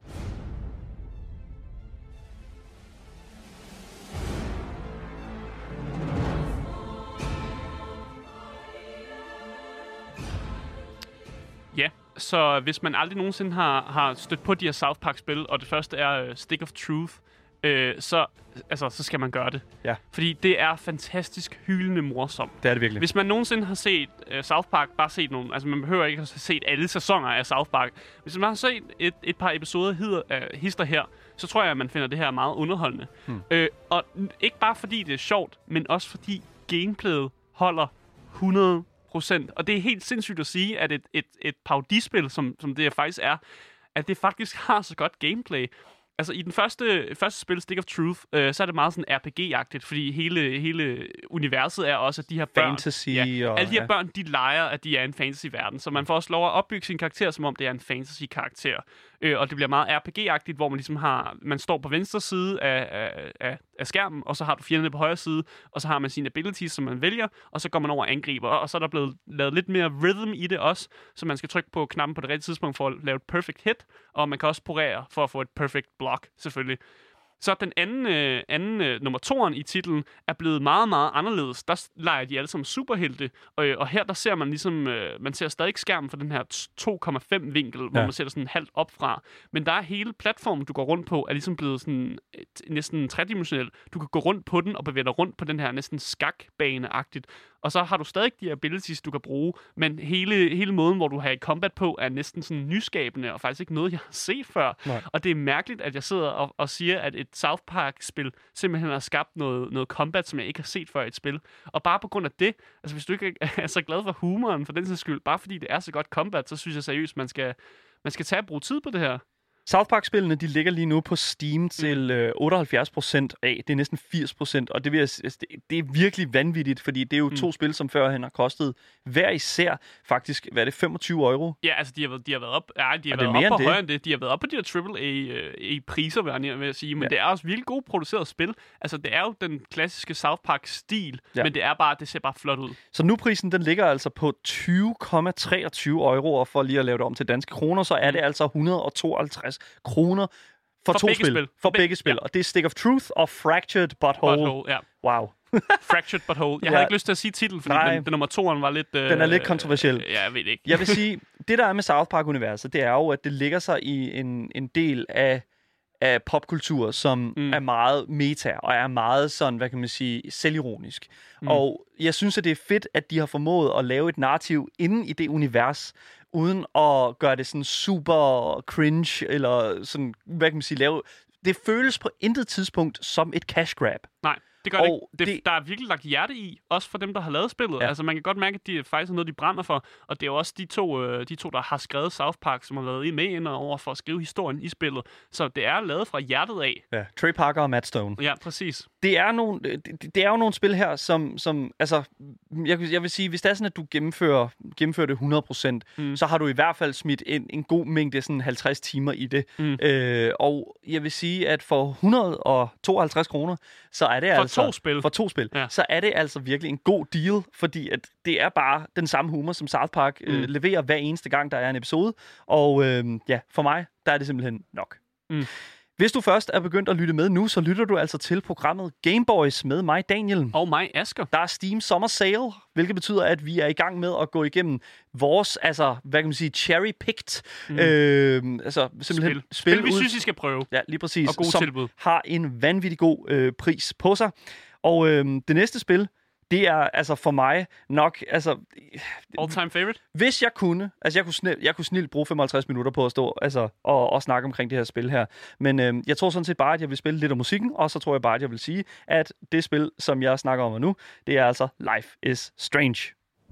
Ja, så hvis man aldrig nogensinde har, har stødt på de her South Park-spil, og det første er uh, Stick of Truth, øh, så, altså, så skal man gøre det. Ja. Fordi det er fantastisk hyldende morsomt. Det er det virkelig. Hvis man nogensinde har set uh, South Park, bare set nogle, altså man behøver ikke at have set alle sæsoner af South Park. Hvis man har set et, et par episoder hider, uh, hister her, så tror jeg, at man finder det her meget underholdende. Hmm. Øh, og ikke bare fordi det er sjovt, men også fordi gameplayet holder hundrede procent. Og det er helt sindssygt at sige, at et, et, et parodispil, som, som det faktisk er, at det faktisk har så godt gameplay. Altså i den første, første spil, Stick of Truth, øh, så er det meget sådan R P G-agtigt, fordi hele, hele universet er også, at de her børn... Fantasy ja, og... alle de her ja. børn, de leger, at de er en fantasy-verden. Så man får også lov at opbygge sin karakter, som om det er en fantasy-karakter. Øh, og det bliver meget R P G-agtigt, hvor man ligesom har... Man står på venstre side af, af, af, af skærmen, og så har du fjenderne på højre side, og så har man sine abilities, som man vælger, og så går man over og angriber. Og så er der blevet lavet lidt mere rhythm i det også, så man skal trykke på knappen på det rigtige tidspunkt for at lave et perfect hit, og man kan også parere for at få et perfect block, selvfølgelig. Så den anden, øh, anden øh, nummer toeren i titlen er blevet meget, meget anderledes. Der leger de alle sammen superhelte, og, og her der ser man ligesom, øh, man ser stadig skærmen for den her to komma fem vinkel, ja. hvor man ser det sådan halvt op fra. Men der er hele platformen, du går rundt på, er ligesom blevet sådan et, næsten tredimensionel. Du kan gå rundt på den og bevæge dig rundt på den her næsten skakbane-agtigt. Og så har du stadig de abilities, du kan bruge, men hele, hele måden, hvor du har i combat på, er næsten sådan nyskabende, og faktisk ikke noget, jeg har set før. Nej. Og det er mærkeligt, at jeg sidder og, og siger, at et South Park-spil simpelthen har skabt noget, noget combat, som jeg ikke har set før i et spil. Og bare på grund af det, altså hvis du ikke er så glad for humoren for den sags skyld, bare fordi det er så godt combat, så synes jeg seriøst, man skal, man skal tage og bruge tid på det her. South Park-spillene, de ligger lige nu på Steam til øh, otteoghalvfjerds procent af. Det er næsten firs procent, og det, vil jeg, altså, det, det er virkelig vanvittigt, fordi det er jo mm. to spil, som førhen har kostet hver især faktisk, hvad er det, femogtyve euro? Ja, altså de har været, de har været op, ja, de har været op på højere end det. De har været op på de her triple A-priser, vil jeg, vil jeg sige, men ja. det er også virkelig godt produceret spil. Altså det er jo den klassiske South Park-stil, ja. men det er bare, det ser bare flot ud. Så nu prisen, den ligger altså på tyve komma treogtyve euro, og for lige at lave det om til danske kroner, så er det altså et hundrede og tooghalvtreds kroner for, for to spil. spil. For, for begge, begge spil. Ja. Og det er Stick of Truth og Fractured Butthole. Butthole ja. Wow. Fractured Butthole. Jeg ja. havde ikke lyst til at sige titlen, fordi den, den nummer toeren var lidt... Øh, den er lidt kontroversiel. Øh, ja, jeg ved ikke. Jeg vil sige, det der er med South Park-universet, det er jo, at det ligger sig i en, en del af, af popkultur, som mm. er meget meta, og er meget sådan, hvad kan man sige, selvironisk. Mm. Og jeg synes, at det er fedt, at de har formået at lave et narrativ inden i det univers, uden at gøre det sådan super cringe, eller sådan, hvad kan man sige, lave... Det føles på intet tidspunkt som et cash grab. Nej. Det gør det, det, det. Der er virkelig lagt hjerte i, også for dem, der har lavet spillet. Ja. Altså, man kan godt mærke, at det faktisk er noget, de brænder for. Og det er jo også de to, øh, de to der har skrevet South Park, som har været med ind over for at skrive historien i spillet. Så det er lavet fra hjertet af. Ja, Trey Parker og Matt Stone. Ja, præcis. Det er, nogle, det, det er jo nogle spil her, som... som altså, jeg, jeg vil sige, hvis det er sådan, at du gennemfører, gennemfører det hundrede procent, mm. så har du i hvert fald smidt en, en god mængde, sådan halvtreds timer i det. Mm. Øh, og jeg vil sige, at for et hundrede og tooghalvtreds kroner, så er det for altså... To spil. For to spil. Ja. Så er det altså virkelig en god deal, fordi at det er bare den samme humor, som South Park mm. øh, leverer hver eneste gang, der er en episode. Og øh, ja, for mig, der er det simpelthen nok. Mm. Hvis du først er begyndt at lytte med nu, så lytter du altså til programmet Gameboys med mig, Daniel. Og mig, Asger. Der er Steam Summer Sale, hvilket betyder, at vi er i gang med at gå igennem vores, altså, hvad kan man sige, cherry-picked, mm. øh, altså simpelthen spil, spil, spil vi ud, synes, I skal prøve. Ja, lige præcis. Og gode som tilbud. Har en vanvittig god øh, pris på sig. Og øh, det næste spil, det er altså for mig nok, altså... All-time favorite? Hvis jeg kunne, altså jeg kunne, snil, jeg kunne snilt bruge femoghalvtreds minutter på at stå altså, og, og snakke omkring det her spil her. Men øh, jeg tror sådan set bare, at jeg vil spille lidt af musikken, og så tror jeg bare, at jeg vil sige, at det spil, som jeg snakker om nu, det er altså Life is Strange.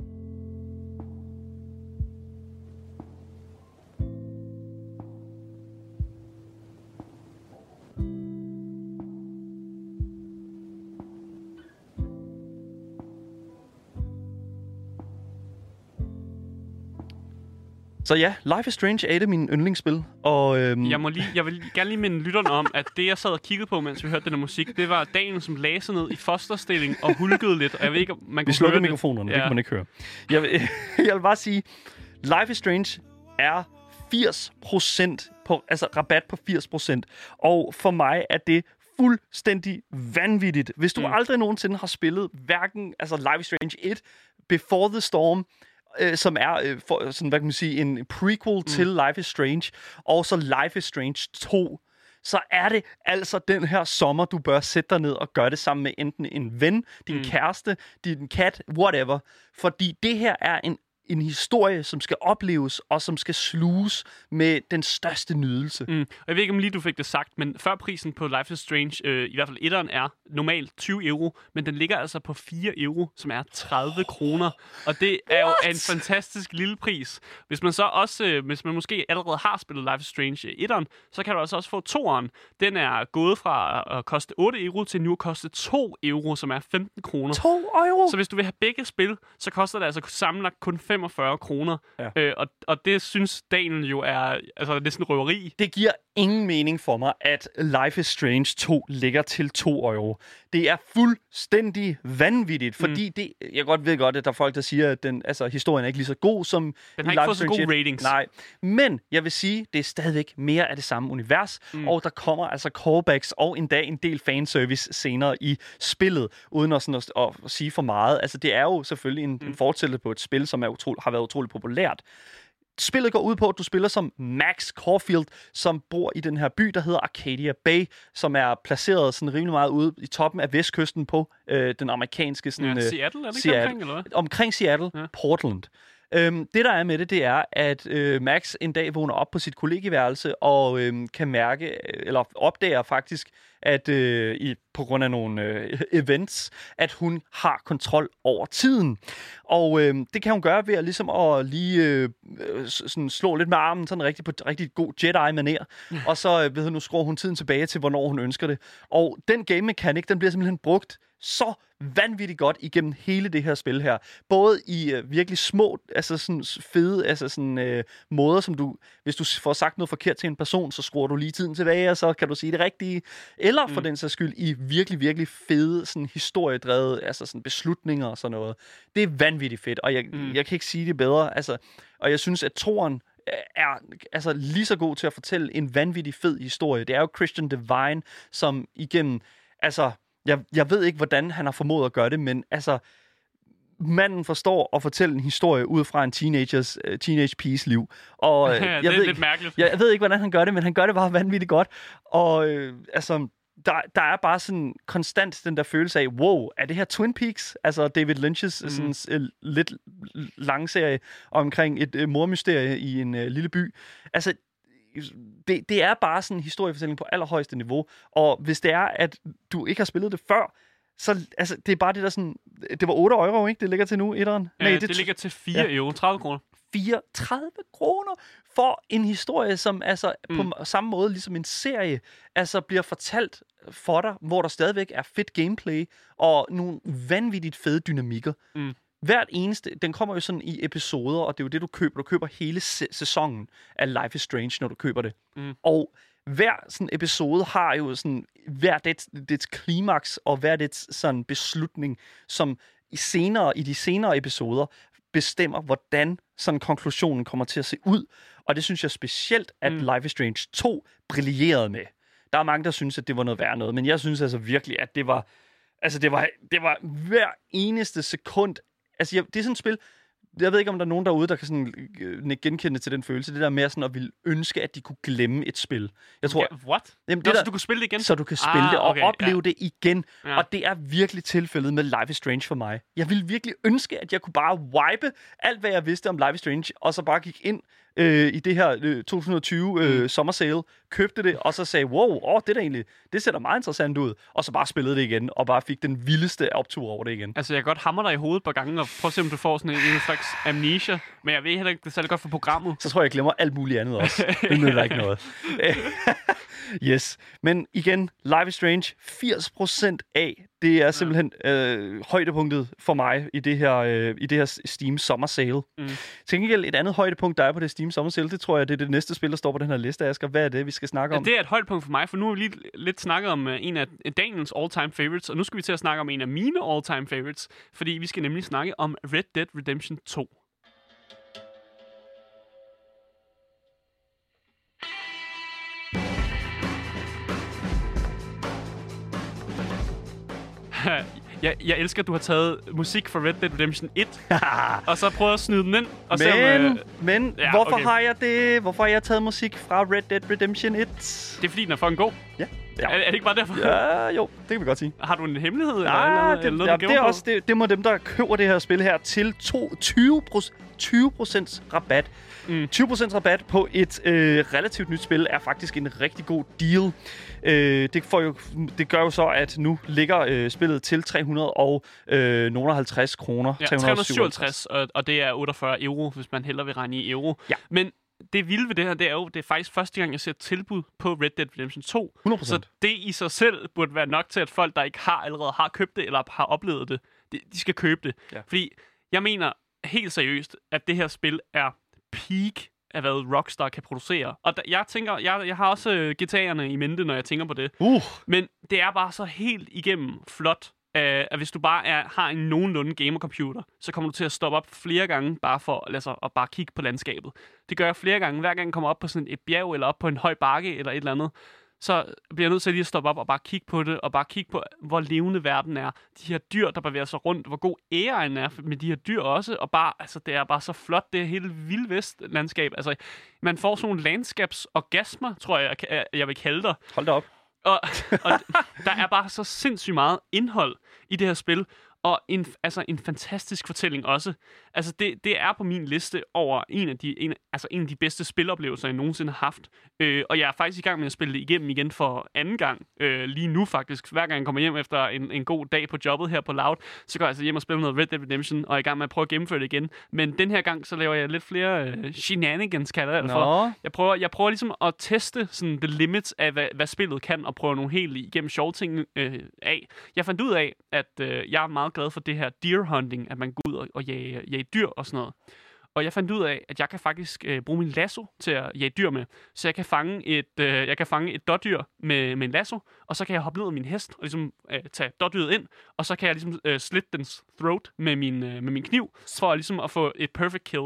Så ja, Life is Strange er et af mine yndlingsspil, og... Øhm... Jeg, må lige, jeg vil gerne lige minde lytterne om, at det, jeg sad og kiggede på, mens vi hørte den her musik, det var Daniel, som lagde sig ned i fosterstilling og hulkede lidt, og jeg ved ikke, om man vi kunne slukkede høre mikrofonerne, det. det kan man ikke høre. Jeg vil, jeg vil bare sige, Life is Strange er firs procent på, altså rabat på firs procent, og for mig er det fuldstændig vanvittigt. Hvis du mm. aldrig nogensinde har spillet hverken altså Life is Strange et, Before the Storm, øh, som er øh, for, sådan, hvad kan man sige, en prequel mm. til Life is Strange, og så Life is Strange to, så er det altså den her sommer, du bør sætte dig ned og gøre det sammen med enten en ven, din mm. kæreste, din kat, whatever. Fordi det her er en en historie, som skal opleves, og som skal sluges med den største nydelse. Mm. Og jeg ved ikke, om lige du fik det sagt, men før prisen på Life is Strange, øh, i hvert fald etteren, er normalt tyve euro, men den ligger altså på fire euro, som er tredive kroner. Og det er What? jo en fantastisk lille pris. Hvis man så også, øh, hvis man måske allerede har spillet Life is Strange etteren, så kan du altså også få toeren. Den er gået fra at koste otte euro til nu at koste to euro, som er femten kroner. to euro? Så hvis du vil have begge spil, så koster det altså sammenlagt kun femogfyrre kroner. Ja. Øh, og, og det synes Daniel jo er, altså det er sådan røveri. Det giver ingen mening for mig, at Life is Strange to ligger til to euro. Det er fuldstændig vanvittigt, fordi mm. det, jeg godt ved godt, at der er folk, der siger, at den, altså, historien er ikke lige så god som den har ikke fået så gode ratings. Nej, men jeg vil sige, det er stadigvæk mere af det samme univers, mm. og der kommer altså callbacks og endda en del fanservice senere i spillet, uden at, sådan at, at sige for meget. Altså, det er jo selvfølgelig en, mm. en fortsættelse på et spil, som er utro, har været utroligt populært. Spillet går ud på, at du spiller som Max Caulfield, som bor i den her by, der hedder Arcadia Bay, som er placeret sådan rimelig meget ude i toppen af vestkysten på øh, den amerikanske... Sådan, ja, Seattle, er det ikke Seattle, omkring, eller hvad? Omkring Seattle, ja. Portland. Øhm, det, der er med det, det er, at øh, Max en dag vågner op på sit kollegieværelse og øh, kan mærke, eller opdager faktisk, at øh, i, på grund af nogle øh, events, at hun har kontrol over tiden. Og øh, det kan hun gøre ved at, ligesom at lige øh, sådan slå lidt med armen, sådan rigtig på rigtig god Jedi-manér. Mm. Og så øh, ved hun, nu skruer hun tiden tilbage til, hvornår hun ønsker det. Og den game mechanic, den bliver simpelthen brugt så vanvittigt godt igennem hele det her spil her. Både i øh, virkelig små, altså sådan fede, altså sådan øh, måder, som du, hvis du får sagt noget forkert til en person, så skruer du lige tiden tilbage, og så kan du sige det rigtige. Eller for mm. den sags skyld i virkelig, virkelig fede, sådan historiedrevet, altså sådan beslutninger og sådan noget. Det er vanvittigt fedt, og jeg, mm. jeg kan ikke sige det bedre. Altså, og jeg synes, at toren er altså lige så god til at fortælle en vanvittig fed historie. Det er jo Christian Devine, som igennem, altså Jeg, jeg ved ikke, hvordan han har formået at gøre det, men altså, manden forstår at fortælle en historie ud fra en teenagers, uh, teenage piges liv. Og, ja, jeg det er ved, lidt mærkeligt. Jeg, jeg ved ikke, hvordan han gør det, men han gør det bare vanvittigt godt. Og øh, altså... Der, der er bare sådan konstant den der følelse af, wow, er det her Twin Peaks? Altså David Lynch's mm. sådan, uh, lidt lang serie omkring et uh, mormysterie i en uh, lille by. Altså, det, det er bare sådan en historiefortælling på allerhøjeste niveau. Og hvis det er, at du ikke har spillet det før, så altså, det er bare det der sådan... Det var otte euro, ikke? Det ligger til nu, etteren? Ja, Nej, det, det ligger til fire ja. euro, tredive kroner. fireogtredive kroner for en historie, som altså mm. på samme måde ligesom en serie, altså bliver fortalt for dig, hvor der stadigvæk er fedt gameplay og nogle vanvittigt fede dynamikker. Mm. Hvert eneste, den kommer jo sådan i episoder, og det er jo det, du køber. Du køber hele se- sæsonen af Life is Strange, når du køber det. Mm. Og hver sådan episode har jo sådan, hver dets, dets klimaks og hver dets sådan beslutning, som i senere, i de senere episoder bestemmer, hvordan sådan konklusionen kommer til at se ud. Og det synes jeg specielt, at mm. Life is Strange to brillerede med. Der er mange, der synes, at det var noget værd noget, men jeg synes altså virkelig, at det var, altså det var, det var hver eneste sekund. Altså jeg, det er sådan et spil, jeg ved ikke, om der er nogen derude, der kan sådan øh, genkende til den følelse. Det der med sådan at ville ønske, at de kunne glemme et spil. Jeg tror, okay, what? Jamen, det Nå, der, så du kunne spille det igen? Så du kan spille ah, det og okay, opleve ja. det igen. Ja. Og det er virkelig tilfældet med Life is Strange for mig. Jeg ville virkelig ønske, at jeg kunne bare wipe alt, hvad jeg vidste om Life is Strange, og så bare gik ind øh, i det her øh, to tusind og tyve øh, mm. sommersale, købte det, og så sagde, wow, åh, det der egentlig, det ser da meget interessant ud. Og så bare spillede det igen, og bare fik den vildeste optur over det igen. Altså, jeg kan godt hamre dig i hovedet et par gange, og prøve at se, om du får sådan en, en slags amnesia, men jeg ved heller ikke, det er særlig godt for programmet. Så tror jeg, jeg glemmer alt muligt andet også. Det nytter ikke noget. Yes. Men igen, Life is Strange, firs procent af, det er simpelthen øh, højdepunktet for mig i det her, øh, i det her Steam Summer Sale. Mm. Til gengæld et andet højdepunkt, der er på det Steam Summer Sale, det tror jeg, det er det næste spil, der står på den her liste, Asger. Hvad er det, vi skal snakke om? Ja, det er et højdepunkt for mig, for nu har vi lige lidt snakket om uh, en af Daniels all-time favorites, og nu skal vi til at snakke om en af mine all-time favorites, fordi vi skal nemlig snakke om Red Dead Redemption to. Jeg, jeg elsker, at du har taget musik fra Red Dead Redemption et, og så prøvet at snyde den ind. Og men, se, om, øh... men ja, hvorfor okay. har jeg det? Hvorfor har jeg taget musik fra Red Dead Redemption et? Det er fordi, den er fucking god. Ja. Ja. Er, er det ikke bare derfor? Ja, jo, det kan vi godt sige. Har du en hemmelighed? Ja, eller, eller, det, eller noget, ja, du det er på? også det, det må dem, der køber det her spil her til tyve procent rabat. Mm. tyve procent rabat på et øh, relativt nyt spil er faktisk en rigtig god deal. Øh, det, får jo, det gør jo så, at nu ligger øh, spillet til tre hundrede og halvtreds kroner. Ja, tre hundrede og syvoghalvtreds, og, og det er otteogfyrre euro, hvis man hellere vil regne i euro. Ja. Men det vilde ved det her, det er jo, det er faktisk første gang, jeg ser tilbud på Red Dead Redemption to. hundrede procent. Så det i sig selv burde være nok til, at folk, der ikke har allerede har købt det, eller har oplevet det, de, de skal købe det. Ja. Fordi jeg mener helt seriøst, at det her spil er peak af, hvad Rockstar kan producere. Og der, jeg tænker, jeg, jeg har også øh, G T A'erne i mente, når jeg tænker på det. Uh. Men det er bare så helt igennem flot, øh, at hvis du bare er, har en nogenlunde gamercomputer, så kommer du til at stoppe op flere gange, bare for altså, at bare kigge på landskabet. Det gør jeg flere gange. Hver gang jeg kommer op på sådan et bjerg, eller op på en høj bakke, eller et eller andet, så bliver jeg nødt til lige at stoppe op og bare kigge på det, og bare kigge på, hvor levende verden er. De her dyr, der bevæger sig rundt, hvor god æren er med de her dyr også, og bare, altså, det er bare så flot, det er hele Vild Vest-landskab. Altså, man får sådan nogle landskabsorgasmer, tror jeg, jeg, jeg vil kalde det. Hold da op. Og, og der er bare så sindssygt meget indhold i det her spil, og en, altså en fantastisk fortælling også. Altså det, det er på min liste over en af de, en, altså en af de bedste spiloplevelser, jeg nogensinde har haft. Øh, og jeg er faktisk i gang med at spille det igennem igen for anden gang. Øh, lige nu faktisk. Hver gang jeg kommer hjem efter en, en god dag på jobbet her på Loud, så går jeg altså hjem og spiller noget Red Dead Redemption, og er i gang med at prøve at gennemføre det igen. Men den her gang, så laver jeg lidt flere øh, shenanigans, kalder jeg det for. Jeg prøver, jeg prøver ligesom at teste sådan the limits af, hvad, hvad spillet kan, og prøve nogle helt igennem sjove ting øh, af. Jeg fandt ud af, at øh, jeg er meget glad for det her deer hunting, at man går ud og, og jage, jage dyr og sådan noget. Og jeg fandt ud af, at jeg kan faktisk øh, bruge min lasso til at jage dyr med. Så jeg kan fange et, øh, jeg kan fange et dådyr med, med en lasso, og så kan jeg hoppe ned af min hest og ligesom øh, tage dådyret ind, og så kan jeg ligesom øh, slit dens throat med min, øh, med min kniv, for ligesom at få et perfect kill.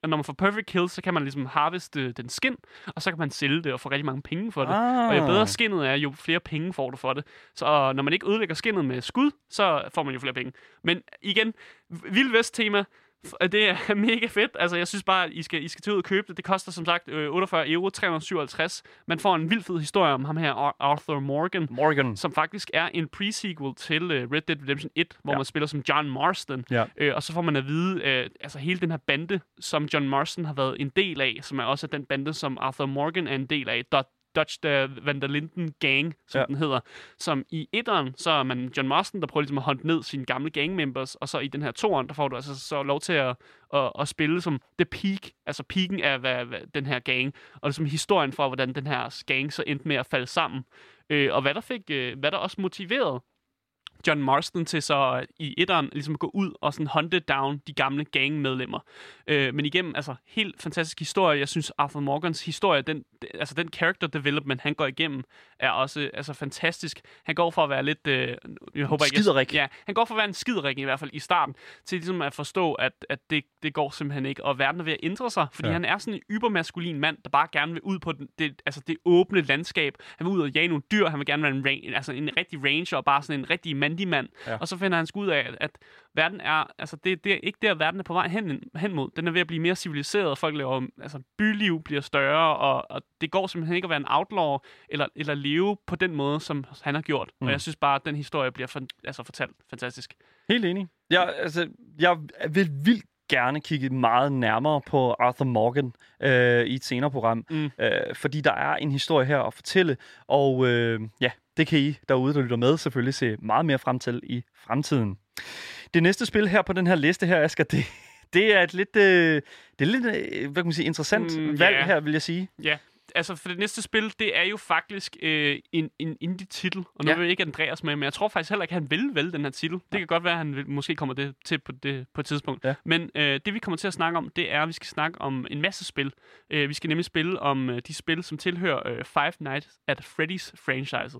når man får perfect kills, så kan man ligesom harveste den skin, og så kan man sælge det og få rigtig mange penge for det. Ah. Og jo bedre skinnet er, jo flere penge får du for det. Så når man ikke ødelægger skinnet med skud, så får man jo flere penge. Men igen, Vild Vest-tema, det er mega fedt. Altså, jeg synes bare, at I skal, I skal til ud og købe det. Det koster som sagt øh, otteogfyrre euro, tre hundrede syvoghalvtreds. Man får en vild fed historie om ham her, Arthur Morgan, Morgan. som faktisk er en pre-sequel til øh, Red Dead Redemption et, hvor ja. man spiller som John Marston. Ja. Øh, og så får man at vide, øh, altså hele den her bande, som John Marston har været en del af, som er også den bande, som Arthur Morgan er en del af, Dutch uh, Van der Linden Gang, som ja. den hedder. Som i etteren, så er man John Marston, der prøver ligesom at håndte ned sine gamle gangmembers, og så i den her toeren, der får du altså så lov til at, at, at spille som the peak, altså peaken af hvad, hvad, den her gang, og ligesom historien for, hvordan den her gang så endte med at falde sammen. Øh, og hvad der fik, øh, hvad der også motiverede John Marston til så i etteren ligesom at gå ud og sådan hunte down de gamle gangmedlemmer. Øh, men igennem, altså, helt fantastisk historie. Jeg synes, Arthur Morgans historie, den, altså den character development, han går igennem, er også altså, fantastisk. Han går for at være lidt... Øh, jeg håber ikke, skiderik. Ja, han går for at være en skiderik i hvert fald i starten, til ligesom at forstå, at, at det, det går simpelthen ikke, og verden er ved at ændre sig, fordi ja. han er sådan en ybermaskulin mand, der bare gerne vil ud på den, det, altså det åbne landskab. Han vil ud og jage nogle dyr, han vil gerne være en, range, altså en rigtig ranger, og bare sådan en rigtig mandig mand. Ja. Og så finder han sgu ud af, at, at verden er, altså det, det er ikke der, verden er på vej hen, hen mod. Den er ved at blive mere civiliseret, folk laver, altså byliv bliver større, og, og det går simpelthen ikke at være en outlaw, eller, eller leve på den måde, som han har gjort. Mm. Og jeg synes bare, at den historie bliver for, altså fortalt fantastisk. Helt enig. Jeg, altså, jeg vil vildt gerne kigge meget nærmere på Arthur Morgan øh, i et senere program, mm. øh, fordi der er en historie her at fortælle, og øh, ja, det kan I derude, der lytter med, selvfølgelig se meget mere frem til i fremtiden. Det næste spil her på den her liste her, Asger, det, det er et lidt, øh, det er lidt øh, hvad kan man sige, interessant mm, valg yeah. her, vil jeg sige. Ja. Yeah. Altså, for det næste spil, det er jo faktisk øh, en, en indie-titel. Og nu ja. vil ikke Andreas med, men jeg tror faktisk heller ikke, at han vil vælge den her titel. Det ja. kan godt være, at han vil, måske kommer det til på, det, på et tidspunkt. Ja. Men øh, det, vi kommer til at snakke om, det er, at vi skal snakke om en masse spil. Øh, vi skal nemlig spille om øh, de spil, som tilhører øh, Five Nights at Freddy's franchiset.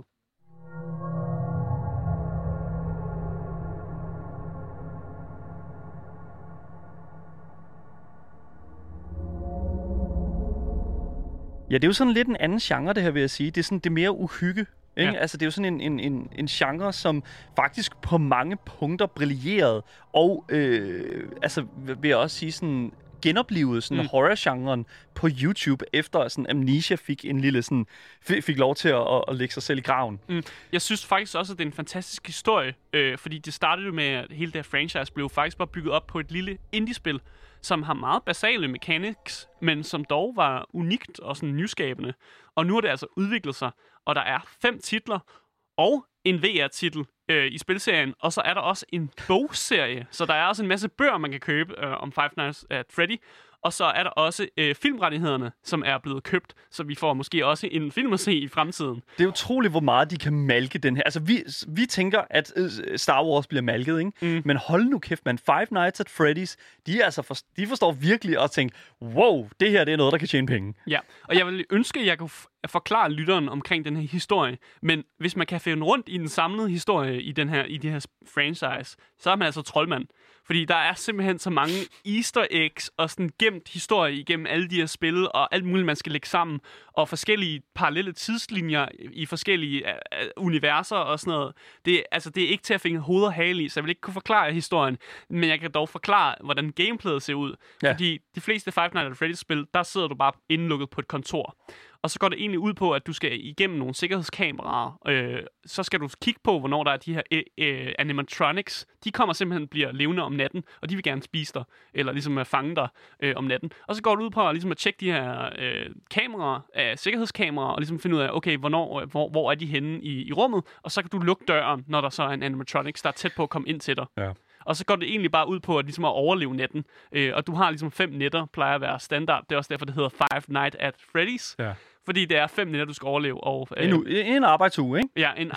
Ja, det er jo sådan lidt en anden genre, det her vil jeg sige. Det er sådan det er mere uhygge. Ikke? Ja. Altså, det er jo sådan en, en, en, en genre, som faktisk på mange punkter brillerede. Og øh, altså, vil jeg også sige sådan genoplivet sådan mm. horror-genren på YouTube, efter sådan Amnesia fik en lille sådan, fik lov til at, at lægge sig selv i graven. Mm. Jeg synes faktisk også, at det er en fantastisk historie, øh, fordi det startede jo med, at hele det her franchise blev faktisk bare bygget op på et lille indie-spil, som har meget basale mechanics, men som dog var unikt og sådan nyskabende. Og nu er det altså udviklet sig, og der er fem titler og en V R-titel øh, i spilserien, og så er der også en bogserie, så der er også en masse bøger, man kan købe øh, om Five Nights at Freddy. Og så er der også øh, filmrettighederne, som er blevet købt, så vi får måske også en film at se i fremtiden. Det er utroligt, hvor meget de kan malke den her. Altså, vi, vi tænker, at øh, Star Wars bliver malket, ikke? Mm. Men hold nu kæft, man. Five Nights at Freddy's, de, er altså for, de forstår virkelig at tænke, wow, det her det er noget, der kan tjene penge. Ja, og jeg vil ønske, at jeg kunne f- forklare lytteren omkring den her historie, men hvis man kan finde rundt i den samlede historie i, den her, i det her franchise, så er man altså troldmand. Fordi der er simpelthen så mange easter eggs og sådan gemt historie igennem alle de her spil, og alt muligt, man skal lægge sammen, og forskellige parallelle tidslinjer i forskellige uh, universer og sådan noget. Det, altså, det er ikke til at finde hoved og hale i, så jeg vil ikke kunne forklare historien, men jeg kan dog forklare, hvordan gameplayet ser ud. Ja. Fordi de fleste Five Nights at Freddy's-spil, der sidder du bare indelukket på et kontor. Og så går det egentlig ud på, at du skal igennem nogle sikkerhedskameraer. Øh, så skal du kigge på, hvornår der er de her øh, øh, animatronics. De kommer simpelthen bliver levende om natten, og de vil gerne spise dig, eller ligesom at fange dig øh, om natten. Og så går du ud på at, ligesom at tjekke de her øh, kameraer, øh, sikkerhedskameraer, og ligesom finde ud af, okay, hvornår, hvor, hvor er de henne i, i rummet, og så kan du lukke døren, når der så er en animatronics, der er tæt på at komme ind til dig. Ja. Og så går det egentlig bare ud på at, ligesom at overleve natten. Øh, og du har ligesom fem nætter, plejer at være standard. Det er også derfor, det hedder Five Nights at Freddy's. Ja. Fordi det er fem nætter, du skal overleve. Og, øh, en, en arbejdsuge, ikke? Ja, en,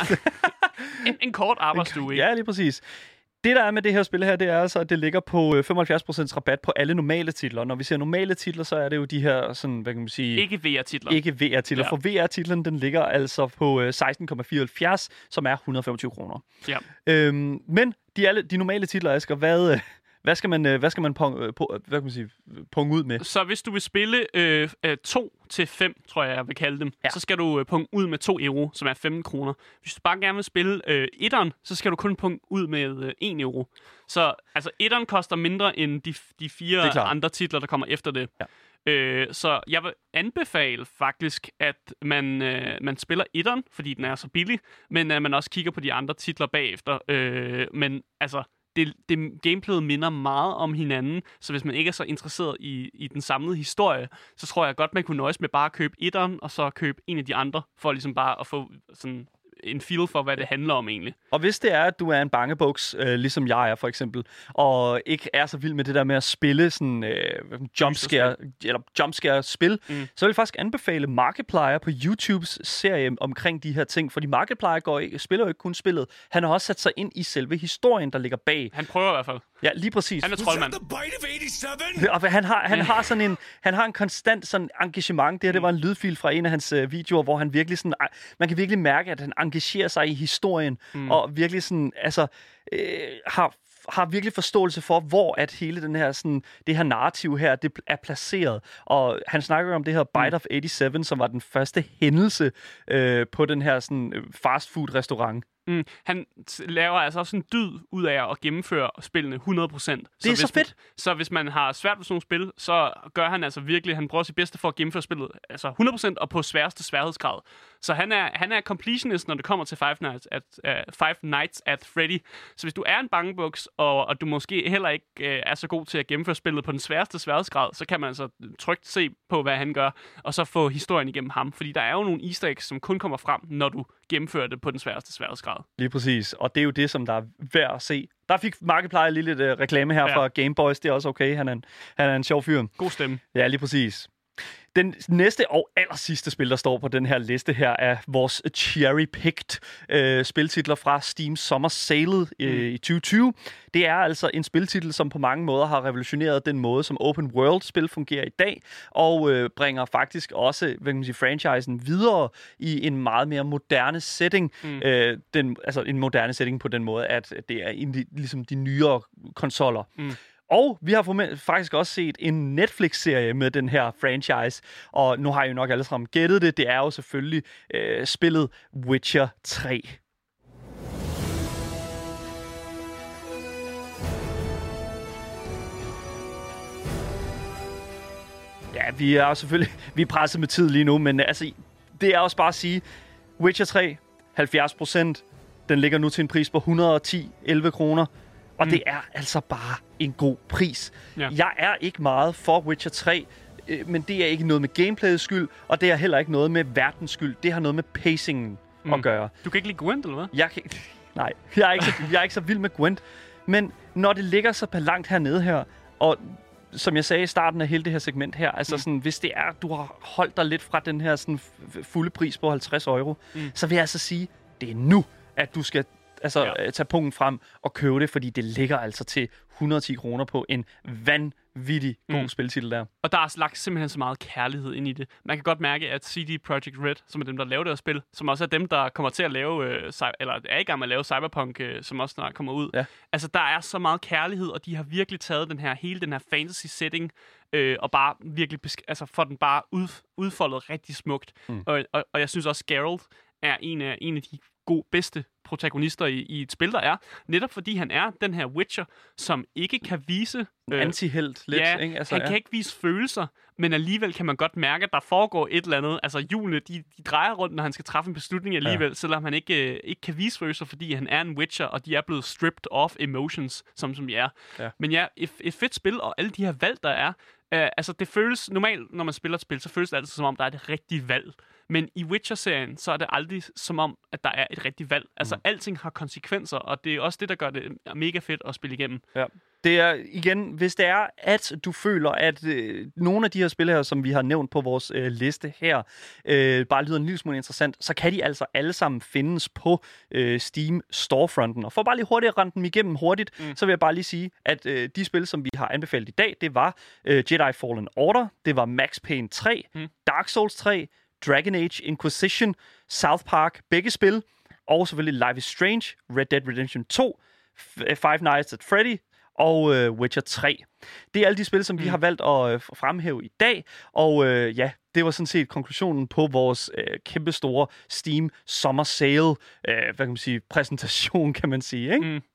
en, en kort arbejdsuge, ikke? Ja, lige præcis. Det, der er med det her spil her, det er altså, at det ligger på femoghalvfjerds procent rabat på alle normale titler. Når vi ser normale titler, så er det jo de her, sådan, hvad kan man sige... Ikke V R-titler. Ikke V R-titler. Ja. For V R-titlen, den ligger altså på seksten komma fireoghalvfjerds, som er et hundrede og femogtyve kroner. Ja. Øhm, men de, alle, de normale titler, Asger, hvad, Hvad skal man, øh, hvad skal man, pong, øh, på, hvad kan man sige, punge ud med? Så hvis du vil spille øh, øh, to til fem, tror jeg, jeg vil kalde dem, ja. så skal du øh, punge ud med to euro, som er femten kroner. Hvis du bare gerne vil spille øh, etteren, så skal du kun punge ud med øh, en euro. Så altså, etteren koster mindre end de, de fire andre titler, der kommer efter det. Ja. Øh, så jeg vil anbefale faktisk, at man, øh, man spiller etteren, fordi den er så billig, men at man også kigger på de andre titler bagefter. Øh, men altså, det, det gameplayet minder meget om hinanden, så hvis man ikke er så interesseret i, i den samlede historie, så tror jeg godt, man kunne nøjes med bare at købe etteren, og så købe en af de andre, for ligesom bare at få sådan en feel for, hvad det handler om egentlig. Og hvis det er, at du er en bangebuks, øh, ligesom jeg er for eksempel, og ikke er så vild med det der med at spille sådan øh, jumpscare, eller jumpscare-spil, mm. så vil jeg faktisk anbefale Markiplier på YouTubes serie omkring de her ting, fordi Markiplier går ikke, spiller jo ikke kun spillet. Han har også sat sig ind i selve historien, der ligger bag. Han prøver i hvert fald. Ja, lige præcis. Han er troldmand. Og han har, han har sådan en, han har en konstant sådan engagement. Det her, det var en lydfil fra en af hans øh, videoer, hvor han virkelig sådan, man kan virkelig mærke, at han engagerer sig i historien, mm. og virkelig sådan, altså, øh, har, har virkelig forståelse for, hvor at hele den her, sådan, det her narrativ her, det er placeret. Og han snakker om det her Bite mm. of otteogtyve, som var den første hændelse øh, på den her sådan, fastfood-restaurant. Mm, han laver altså også en dyd ud af at gennemføre spillene hundrede procent. Det er så, så fedt. Man, så hvis man har svært ved sådan nogle spil, så gør han altså virkelig, han prøver sit bedste for at gennemføre spillet altså hundrede procent og på sværeste sværhedsgrad. Så han er, han er completionist, når det kommer til Five Nights at, uh, Five Nights at Freddy. Så hvis du er en bangebuks, og, og du måske heller ikke uh, er så god til at gennemføre spillet på den sværeste sværhedsgrad, så kan man altså trygt se på, hvad han gør, og så få historien igennem ham. Fordi der er jo nogle easter eggs, som kun kommer frem, når du gennemfører det på den sværeste sværhedsgrad. Lige præcis, og det er jo det, som der er værd at se. Der fik Markiplier lige lidt uh, reklame her ja. fra Game Boys, det er også okay, han er en, han er en sjov fyr. God stemme. Ja, lige præcis. Den næste og allersidste spil, der står på den her liste her, er vores cherry-picked øh, spiltitler fra Steam Summer Sale øh, mm. i tyve tyve. Det er altså en spiltitel, som på mange måder har revolutioneret den måde, som open world-spil fungerer i dag, og øh, bringer faktisk også, hvad kan man sige, franchisen videre i en meget mere moderne setting. Mm. Øh, den, altså en moderne setting på den måde, at det er en, ligesom de nyere konsoller. Mm. Og vi har faktisk også set en Netflix-serie med den her franchise, og nu har I jo nok alle sammen gættet det. Det er jo selvfølgelig øh, spillet Witcher tre. Ja, vi er selvfølgelig vi er presset med tid lige nu, men altså, det er også bare at sige, Witcher tre, halvfjerds procent, den ligger nu til en pris på et hundrede og ti til elleve kroner. Og mm. det er altså bare en god pris. Ja. Jeg er ikke meget for Witcher tre, øh, men det er ikke noget med gameplayets skyld, og det er heller ikke noget med verdens skyld. Det har noget med pacingen mm. at gøre. Du kan ikke lide Gwent, eller hvad? Jeg kan, nej, jeg er, ikke så, jeg er ikke så vild med Gwent. Men når det ligger så langt hernede her, og som jeg sagde i starten af hele det her segment her, altså mm. sådan, hvis det er, du har holdt dig lidt fra den her sådan, fulde pris på halvtreds euro, mm. så vil jeg altså sige, det er nu, at du skal altså ja. tage punkten frem og købe det, fordi det ligger altså til et hundrede og ti kroner på en vanvittig god mm. spiltitel der. Og der er lagt simpelthen så meget kærlighed ind i det. Man kan godt mærke, at C D Projekt Red, som er dem, der laver det her spil, som også er dem, der kommer til at lave, øh, eller er i gang med at lave Cyberpunk, øh, som også snart kommer ud. Ja. Altså, der er så meget kærlighed, og de har virkelig taget den her, hele den her fantasy setting, øh, og bare virkelig, besk- altså får den bare ud, udfoldet rigtig smukt. Mm. Og, og, og jeg synes også, Geralt er en af, en af de gode, bedste protagonister i, i et spil, der er. Netop fordi han er den her Witcher, som ikke kan vise... Øh, Anti-helt lidt, ja, ikke? Altså, han ja. kan ikke vise følelser, men alligevel kan man godt mærke, at der foregår et eller andet. Altså, hjulene, de, de drejer rundt, når han skal træffe en beslutning alligevel, ja. selvom han ikke, øh, ikke kan vise følelser, fordi han er en Witcher, og de er blevet stripped off emotions, som, som de er. Ja. Men ja, et, et fedt spil, og alle de her valg, der er, øh, altså, det føles normalt, når man spiller et spil, så føles det altid, som om der er et rigtigt valg. Men i Witcher-serien, så er det aldrig som om, at der er et rigtigt valg. Altså, mm. alting har konsekvenser, og det er også det, der gør det mega fedt at spille igennem. Ja. Det er, igen, hvis det er, at du føler, at øh, nogle af de her spil her, som vi har nævnt på vores øh, liste her, øh, bare lyder en lille smule interessant, så kan de altså alle sammen findes på øh, Steam Storefronten. Og for bare lige hurtigt at rende dem igennem hurtigt, mm. så vil jeg bare lige sige, at øh, de spil, som vi har anbefalet i dag, det var øh, Jedi Fallen Order, det var Max Payne tre, mm. Dark Souls tre, Dragon Age Inquisition, South Park, begge spil, og selvfølgelig Life is Strange, Red Dead Redemption to, Five Nights at Freddy, og øh, Witcher tre. Det er alle de spil, som mm. vi har valgt at øh, fremhæve i dag, og øh, ja, det var sådan set konklusionen på vores øh, kæmpestore Steam Summer Sale, øh, hvad kan man sige, præsentation, kan man sige, ikke? Mm.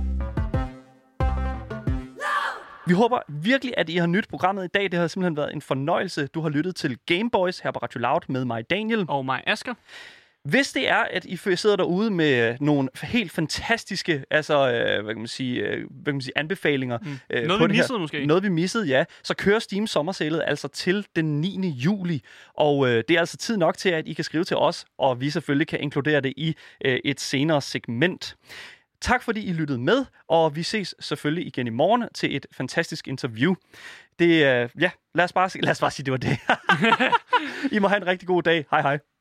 Vi håber virkelig, at I har nydt programmet i dag. Det har simpelthen været en fornøjelse. Du har lyttet til Gameboys her på Radio Loud med mig, Daniel. Og mig, Asger. Hvis det er, at I sidder derude med nogle helt fantastiske, altså, øh, hvad kan man sige, øh, hvad kan man sige anbefalinger. Mm. Øh, noget på vi det missede her, måske. Noget vi missede, ja. Så kører Steam sommersalet altså til den niende juli. Og øh, det er altså tid nok til, at I kan skrive til os, og vi selvfølgelig kan inkludere det i øh, et senere segment. Tak fordi I lyttede med, og vi ses selvfølgelig igen i morgen til et fantastisk interview. Det, øh, ja, lad os bare, lad os bare sige, det var det. I må have en rigtig god dag. Hej hej.